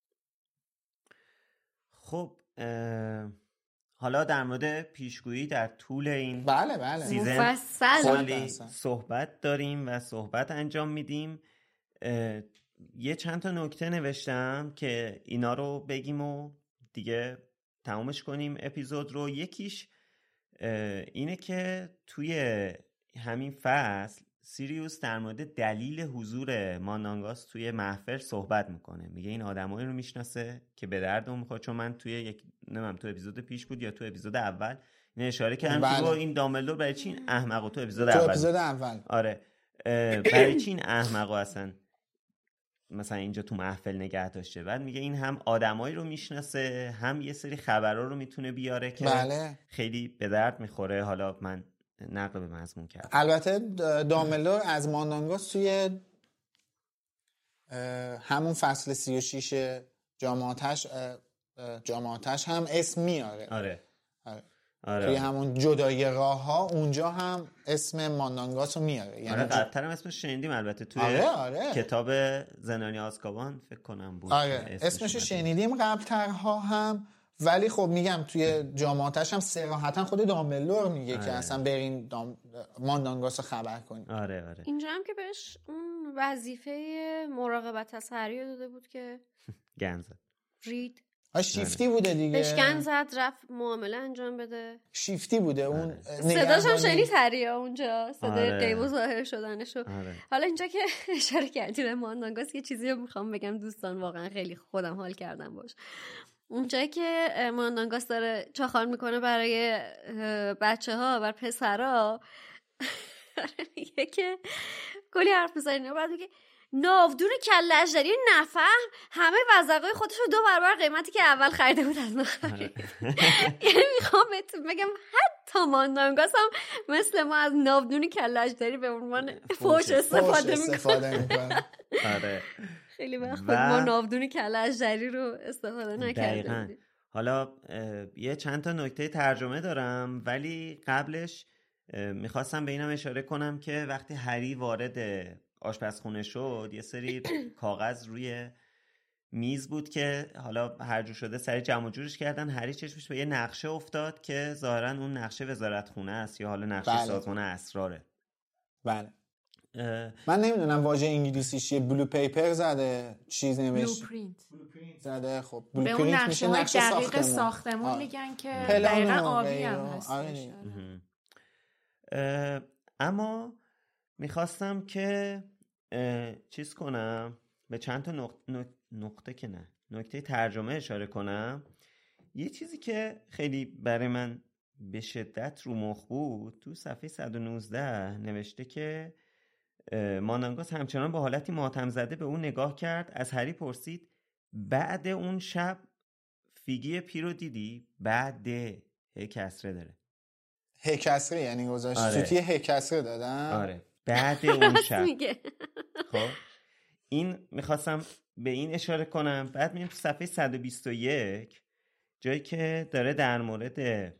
خب حالا در مورد پیشگویی در طول این بله بله سیزن کلی صحبت داریم و صحبت انجام میدیم. یه چند تا نکته نوشتم که اینا رو بگیم و دیگه تمومش کنیم اپیزود رو. یکیش اینه که توی همین فصل سیریوس در مورد دلیل حضور ماندانگاس توی محفل صحبت میکنه. میگه این آدمایی رو میشناسه که به درد اون میخوره، چون من توی یک نمیدونم تو اپیزود پیش بود یا تو اپیزود اول این اشاره کردم بله. که این دامبلدور برای چی این احمقو تو اپیزود تو اول اپیزود اول آره برای چی این احمقو اصلا مثلا اینجا تو محفل نگه داشته. بعد میگه این هم آدمایی رو میشناسه، هم یه سری خبرها رو میتونه بیاره که بله. خیلی به درد میخوره. حالا من نقل به مضمون کردم. البته دامبلدور از ماندانگاس توی همون فصل سی و شش جامعاتش جامعاتش هم اسم میاره. آره. آره. آره. توی همون جدایی راه ها اونجا هم اسم ماندانگاس رو میاره. یعنی آره قبلتر هم اسمش شنیدیم البته توی آره آره. کتاب زندانی آزکابان فکر کنم بود. آره اسمشو شنیدیم قبلترها هم، ولی خب میگم توی جامعاتش هم صراحتا خود دامبلدور میگه آره. که اصلا برین دام... ماندانگاس رو خبر کنید. آره آره. اینجا هم که بهش اون وظیفه مراقبت از هری داده بود که گنز رید شیفتی بوده دیگه، بهش گن زد رفت معامله انجام بده. شیفتی بوده اون آره. صداش هم شنید هریا اونجا صدای آره. غیب و ظاهر شدنشو آره. حالا اینجا که اشاره کردی به ماندانگاس یه چیزی رو میخوام بگم دوستان، واقعا خیلی خودم حال کردم باش. اونجایی که ماندانگاس داره چاخان میکنه برای بچه ها بر پسرها میگه که کلی حرف میزنه و بعد میگه ناودون کله اژدری نفهم همه وزقای خودش رو دو برابر قیمتی که اول خریده بود از ما خرید. یعنی میخوام بهتون بگم حتی ماندانگاس هم مثل ما از ناودون کله اژدری به عنوان فوش استفاده میکنه. آره خیلی وقت ما ناودون کله اژدری رو استفاده نکردیم. حالا یه چند تا نکته ترجمه دارم، ولی قبلش میخواستم به اینم اشاره کنم که وقتی هری وارد آشپزخونه شد یه سری کاغذ روی میز بود که حالا هر جو شده سری جمع و جورش کردن. هری چشمش به یه نقشه افتاد که ظاهرا اون نقشه وزارتخونه است یا حالا نقشه بله. سازمان اسراره. بله من نمیدونم واژه انگلیسیش یه بلو پیپر زده چیز نوشت بلو پرینت زده. خب بلو پرینت به اون نقشه های دقیق ساختمون آه. میگن که دقیقا آبی هم هستش. اما میخواستم که چیز کنم به چند تا نقطه, نقطه که نه نکته ترجمه اشاره کنم. یه چیزی که خیلی برای من به شدت رو مخ بود تو صفحه صد و نوزده نوشته که ماندانگاس همچنان با حالتی ماتم زده به اون نگاه کرد. از هری پرسید بعد اون شب فیگی پیرو دیدی؟ بعد ه کسره داره ه کسره یعنی گذاشت آره. سوتی ه کسره دادن آره بعد اون شب. خب این میخواستم به این اشاره کنم. بعد میریم تو صفحه صد و بیست و یک جایی که داره در مورد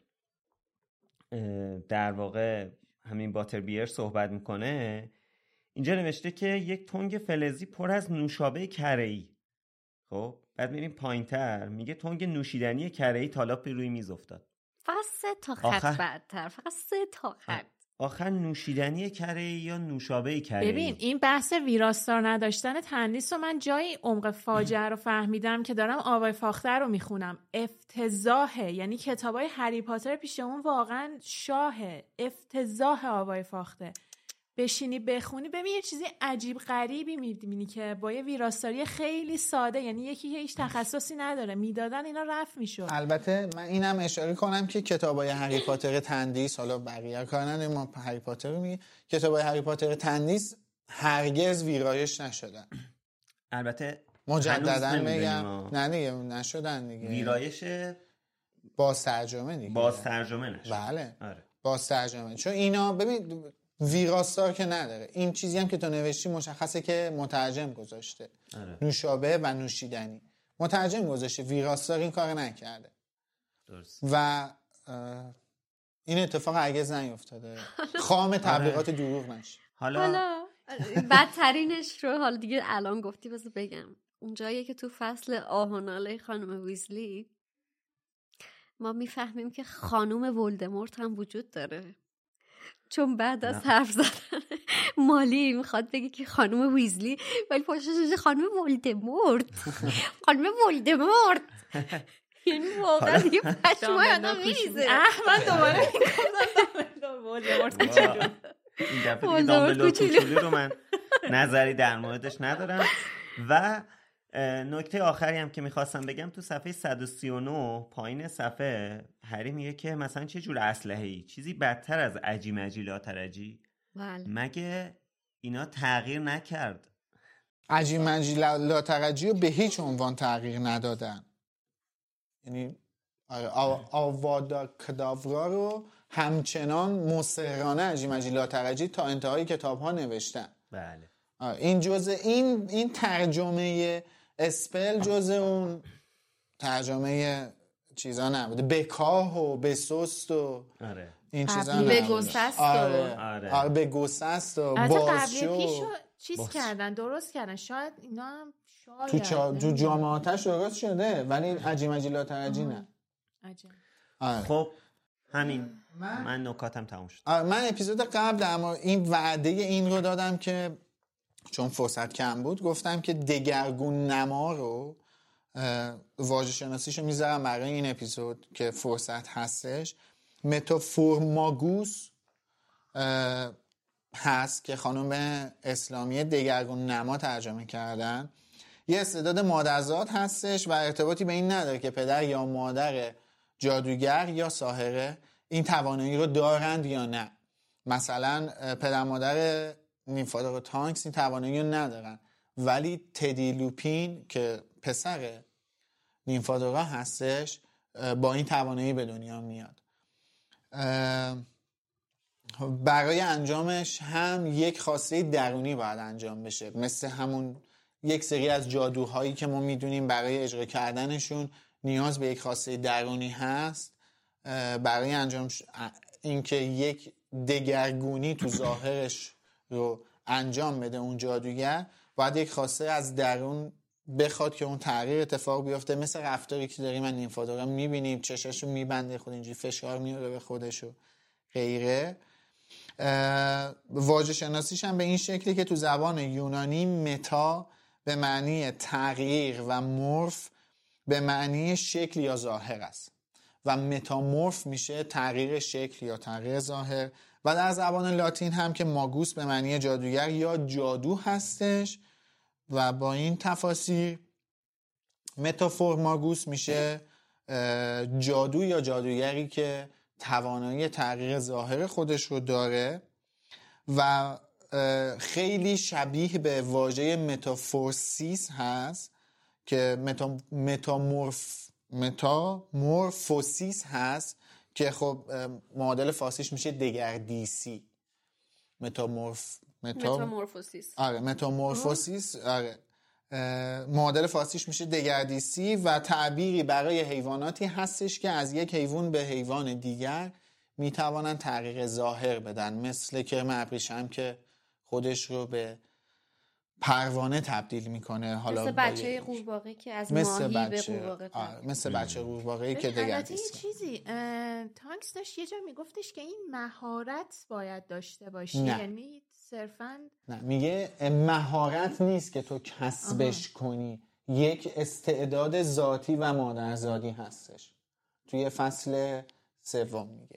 در واقع همین باتر بیر صحبت میکنه. اینجا نوشته که یک تنگ فلزی پر از نوشابه کره‌ای. خب بعد میریم پایینتر میگه تنگ نوشیدنی کره‌ای تالاپی روی میز افتاد. فقط سه تا خط بعدتر فقط سه تا خط آخر نوشیدنی کره‌ای یا نوشابه کره‌ای. ببین این بحث ویراستار نداشتن تندیس رو من جایی عمق فاجعه رو فهمیدم که دارم آوای فاخته رو میخونم. افتضاحه. یعنی کتابای هری پاتر پیش اون واقعا شاهه. افتضاح آوای فاخته. بشینی بخونی ببین یه چیزی عجیب غریبی می‌بینی که با یه ویراستاری خیلی ساده، یعنی یکی که هیچ تخصصی نداره میدادن اینا رفت میشد. البته من اینم اشاره کنم که کتابای هری پاتر تندیس، حالا بقیه کار نداریم، ما هری پاتر رو میگیم، کتابای هری پاتر تندیس هرگز ویرایش نشدن. البته مجددا میگم نه دیگه نشدن دیگه. ویرایش باز ترجمه دیگه. باز ترجمه نشد. بله. آره. باز ترجمه. چون اینا ببین ویراستار که نداره. این چیزی هم که تو نوشتی مشخصه که مترجم گذاشته. آره. نوشابه و نوشیدنی. مترجم گذاشته، ویراستار این کار نکرده. درست. و این اتفاق هرگز نیفتاده. خام تبلیغات دروغ نشه. حالا, حالا بدترینش رو حالا دیگه الان گفتی بذار بگم. اونجاییه که تو فصل آه و ناله خانم ویزلی ما میفهمیم که خانم ولدمورت هم وجود داره، چون بعد از حرف زدن مالی میخواد بگه که خانم ویزلی، ولی پشتش خانم ولدمورت خانم ولدمورت یعنی واقعا دیگه پشمای آدم میریزه. من دوباره میگم ولدمورت کوچولو، این دفعه دیگه دامبلدور کوچولو رو من نظری در موردش ندارم. و نکته آخری هم که میخواستم بگم، تو صفحه صد و سی و نه پایین صفحه هری میگه که مثلا چه جور اسلحه‌ای، چیزی بدتر از عجی مجی لاترجی. بله. مگه اینا تغییر نکرد؟ عجی مجی لاترجی رو به هیچ عنوان تغییر ندادن. یعنی آوادا کداورا رو همچنان مصرانه عجی مجی لاترجی تا انتهای کتاب ها نوشتن. بله. این جزء این این ترجمه اسپل جزء اون ترجمه چیزا نبوده، بکاه و بسست و آره. این چیزا نبوده. بگسست آره. آره. آره بگسست و بازشو پیشو چیز باز. کردن درست کردن، شاید اینا هم شاید تو چا... تو جامعاتش درست شده ولی عجی مجی لاترجی نه. عجب. آره. خب همین من, من نکاتم تموم شد. آره. من اپیزود قبل اما این وعده این رو دادم که چون فرصت کم بود گفتم که دگرگون نما رو واژه شناسیشو میذارم برای این اپیزود که فرصت هستش. متافورماگوس هست که خانم اسلامی دگرگون نما ترجمه کردن. یه استعداد مادرزاد هستش و ارتباطی به این نداره که پدر یا مادر جادوگر یا ساحره این توانایی رو دارند یا نه. مثلا پدر مادر نیمفادور تانکس این توانایی رو ندارن، ولی تدی لوپین که پسر نیمفادورا هستش با این توانایی به دنیا میاد. برای انجامش هم یک خواسته درونی باید انجام بشه، مثل همون یک سری از جادوهایی که ما میدونیم برای اجرا کردنشون نیاز به یک خواسته درونی هست. برای انجام ش... اینکه یک دگرگونی تو ظاهرش رو انجام بده اون جادوگر، باید یک خواسته از درون بخواد که اون تغییر اتفاق بیفته. مثل رفتاری که داریم من نیمفادورا میبینیم، چشاشو میبنده، خود اینجوری فشار میاره به خودشو غیره. واژه شناسیش هم به این شکلی که تو زبان یونانی متا به معنی تغییر و مورف به معنی شکل یا ظاهر است و متامورف میشه تغییر شکل یا تغییر ظاهر. و در زبان لاتین هم که ماگوس به معنی جادوگر یا جادو هستش و با این تفاسیر متافور ماگوس میشه جادو یا جادوگری که توانایی تغییر ظاهر خودش رو داره و خیلی شبیه به واژه متافورسیس هست که متا متامورف متامورفوسیس هست که خب معادل فارسیش میشه دگردیسی. متامورف متا... متامورفوسیس آره متامورفوسیس آره معادل فارسیش میشه دگردیسی و تعبیری برای حیواناتی هستش که از یک حیوان به حیوان دیگر میتوانن تغییر ظاهر بدن، مثل کرم ابریشم که خودش رو به پروانه تبدیل میکنه. حالا مثل بچه قورباغه که از ماهی به قورباغه تبدیل، مثل بچه قورباغه‌ای که دگردیسی. یه چیزی تانکس داشت یه جا میگفتش که این مهارت باید داشته باشی، یعنی صرفاً نه، میگه مهارت نیست که تو کسبش آها. کنی، یک استعداد ذاتی و مادرزادی هستش. توی فصل سوم میگه اینو.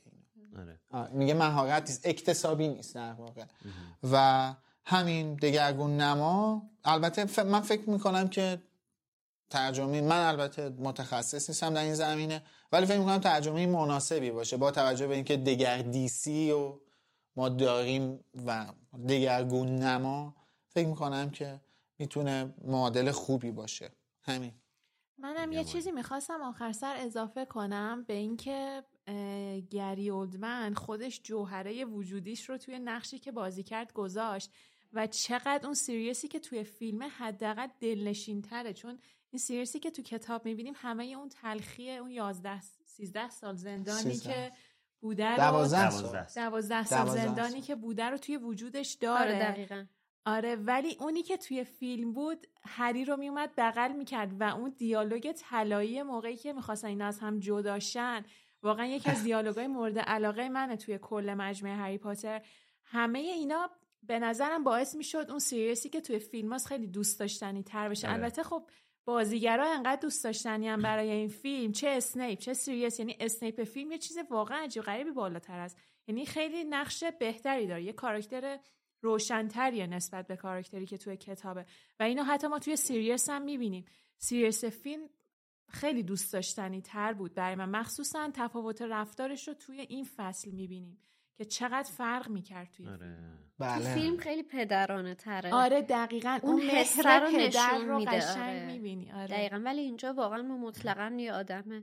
آره. میگه مهارت نیست، اکتسابی نیست در واقع. و همین دگرگون نما، البته ف... من فکر میکنم که ترجمه، من البته متخصص نیستم در این زمینه، ولی فکر میکنم ترجمه مناسبی باشه با توجه به اینکه دگردیسی و ما داریم و دگرگون نما، فکر میکنم که میتونه معادل خوبی باشه. همین. منم یه چیزی میخواستم آخر سر اضافه کنم به اینکه گری اولدمن خودش جوهره وجودیش رو توی نقشی که بازی کرد گذاشت و چقدر اون سیریسی که توی فیلم حداقل دلنشین تره، چون این سیریسی که تو کتاب میبینیم همه اون تلخی اون یازده سیزده سال زندانی سیزده. که بوده رو دوازده سال زندانی که بوده رو توی وجودش داره. آره دقیقاً. آره، ولی اونی که توی فیلم بود هری رو میومد بغل میکرد و اون دیالوگ طلایی موقعی که میخواستن اینا از هم جداشن واقعا یکی از دیالوگای مورد علاقه منه توی کل مجموعه هری پاتر. همه اینا به نظرم باعث میشد اون سیریسی که توی فیلم هاست خیلی دوست داشتنی تر بشه. البته خب بازیگرا انقدر دوست داشتنی هم برای این فیلم، چه اسنیپ چه سیریس، یعنی اسنیپ فیلم یه چیز واقعا عجیب غریبی بالاتر است، یعنی خیلی نقش بهتری داره، یه کاراکتر روشن‌تریه نسبت به کاراکتری که توی کتابه و اینو حتی ما توی سیریس هم میبینیم. سیریس فیلم خیلی دوست داشتنی تر بود برای من، مخصوصا تفاوت رفتارش رو توی این فصل میبینیم که چقدر فرق میکرد توی آره. فیلم. بله. تو فیلم خیلی پدرانه تره. آره دقیقاً اون حس رو نشون رو میده. قشنگ آره. میبینی. آره. دقیقاً، ولی اینجا واقعا ما مطلقاً یه آدم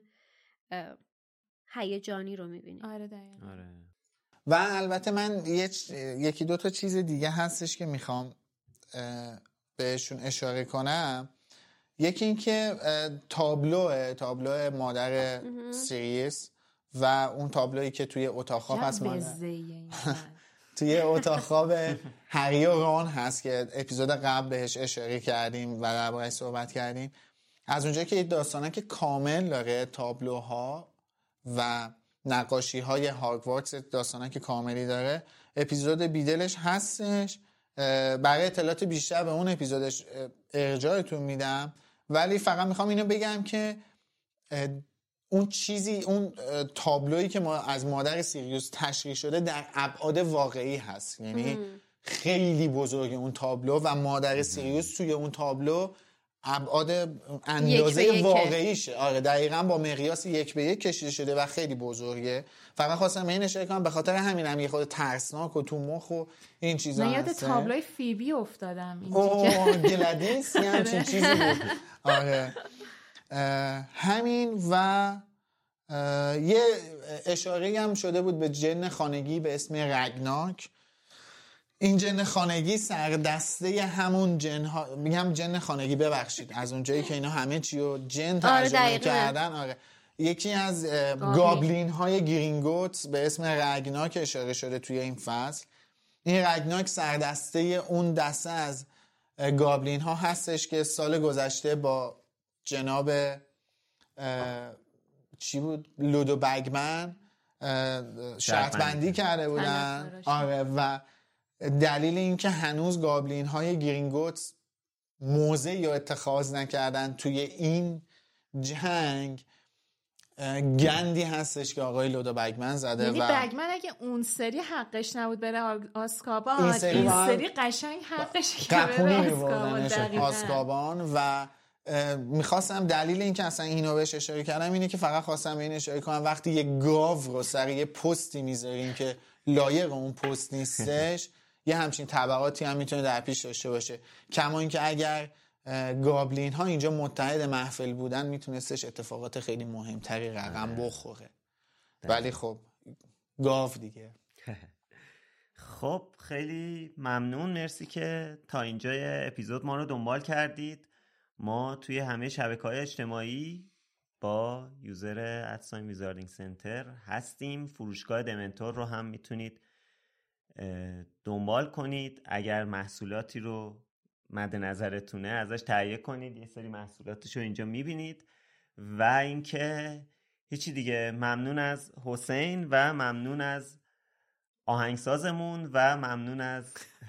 هیجانی رو میبینیم. آره دقیقاً. آره. و البته من یه یکی دو تا چیز دیگه هستش که میخوام بهشون اشاره کنم. یکی این که تابلو تابلو مادر سیریس و اون تابلویی که توی اتاق خواب هست، توی اتاق خواب هری و رون هست که اپیزود قبل بهش اشاره کردیم و درباره‌اش صحبت کردیم. از اونجایی که داستانه که کامل داره، تابلوها و نقاشی های هاگوارتس داستانه که کاملی داره، اپیزود بیدلش هستش. برای اطلاعات بیشتر به اون اپیزودش ارجاعتون میدم، ولی فقط میخوام اینو بگم که اون چیزی، اون تابلویی که ما از مادر سیریوس تشریح شده در ابعاد واقعی هست، یعنی خیلی بزرگه اون تابلو و مادر سیریوس توی اون تابلو ابعاد اندازه واقعیشه. آره دقیقاً با مقیاس یک به یک کشیده شده و خیلی بزرگه. فقط خواستم این اشاره کنم، به خاطر همین هم یه خود ترسناک و تو مخ و این چیزا هست. من یاد تابلوی فیبی افتادم اینجا. اوه گلادیس یه همچین چیزی بود. آره همین. و یه اشاره هم شده بود به جن خانگی به اسم رگناک. این جن خانگی سردسته همون جن ها، میگم جن خانگی ببخشید، از اونجایی که اینا همه چی رو جن ترجمه آره کردن. آره یکی از گابلین های گرینگوتس به اسم رگناک اشاره شده توی این فصل. این رگناک سردسته اون دسته از گابلین ها هستش که سال گذشته با جناب چی بود لودو بگمن شرط بندی کرده بودن. آره و دلیل این که هنوز گابلین های گرینگوتس موضعی یا اتخاذ نکردن توی این جنگ گندی هستش که آقای لودو بگمن زده. یعنی و بگمن اگه اون سری حقش نبود بره آسکابان، این سری, این سری قشنگ حقش که بره آسکابان. و میخواستم دلیل این که اصلا اینو بهش اشاره کردم اینه که فقط خواستم این اشاره کنم وقتی یه گاو رو سر یه پستی میذاریم که لایق اون پست نیستش یه همچین طبقاتی هم میتونه در پیش داشته باشه. کما اینکه اگر گابلین ها اینجا متحد محفل بودن میتونستش اتفاقات خیلی مهمتری رقم بخوره، ولی خب گاو دیگه. خب خیلی ممنون، مرسی که تا اینجای اپیزود ما رو دنبال کردید. ما توی همه شبکه‌های اجتماعی با یوزر ادساین ویزاردینگ سنتر هستیم. فروشگاه دمنتور رو هم میتونید دنبال کنید. اگر محصولاتی رو مد نظرتونه ازش تهیه کنید، یه سری محصولاتش رو اینجا میبینید. و اینکه هیچی دیگه، ممنون از حسین و ممنون از آهنگسازمون و ممنون از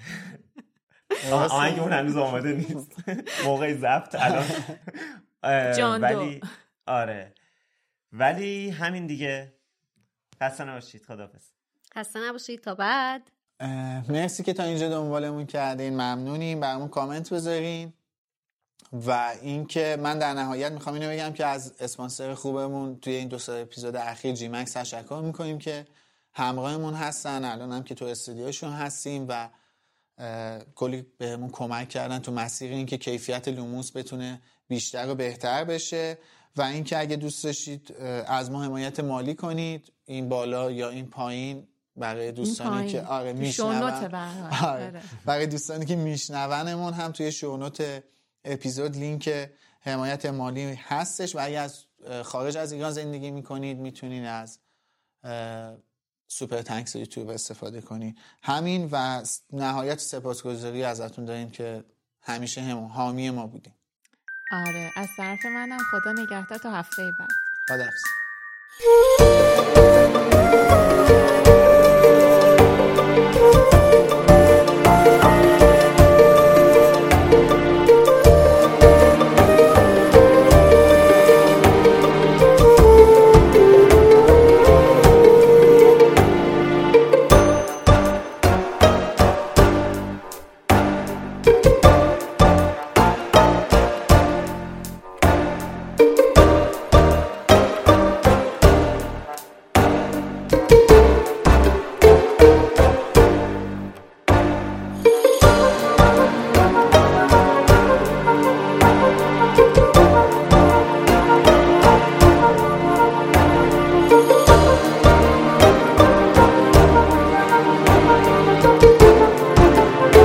آهنگ اون هنوز آماده نیست موقع ضبط الان. ولی آره ولی همین دیگه، خسته نباشید. خداحافظ. خسته نباشید تا بعد. مرسی که تا اینجا دنبالمون کردین، ممنونیم. برامون کامنت بذارین و اینکه من در نهایت میخوام اینو بگم که از اسپانسر خوبمون توی این دو سه اپیزود اخیر جی مکس تشکر میکنیم که همراهمون هستن. الان هم که تو استودیوشون هستیم و کلی بهمون کمک کردن تو مسیر این که کیفیت لوموس بتونه بیشتر و بهتر بشه و اینکه اگه دوست داشتید از ما حمایت مالی کنید، این بالا یا این پایین برای دوستانی که آره میشنون، آره برای دوستانی که میشنونمون هم توی شونوت اپیزود لینک حمایت مالی هستش و اگه از خارج از ایران زندگی میکنید میتونید از سوپر تانکس یوتیوب استفاده کنید. همین و نهایت سپاسگزاری ازتون داریم که همیشه هم حامی ما بودیم. آره از طرف منم خدا نگهدار تا هفته بعد. خداحافظ.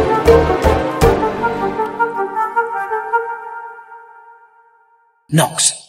Knox.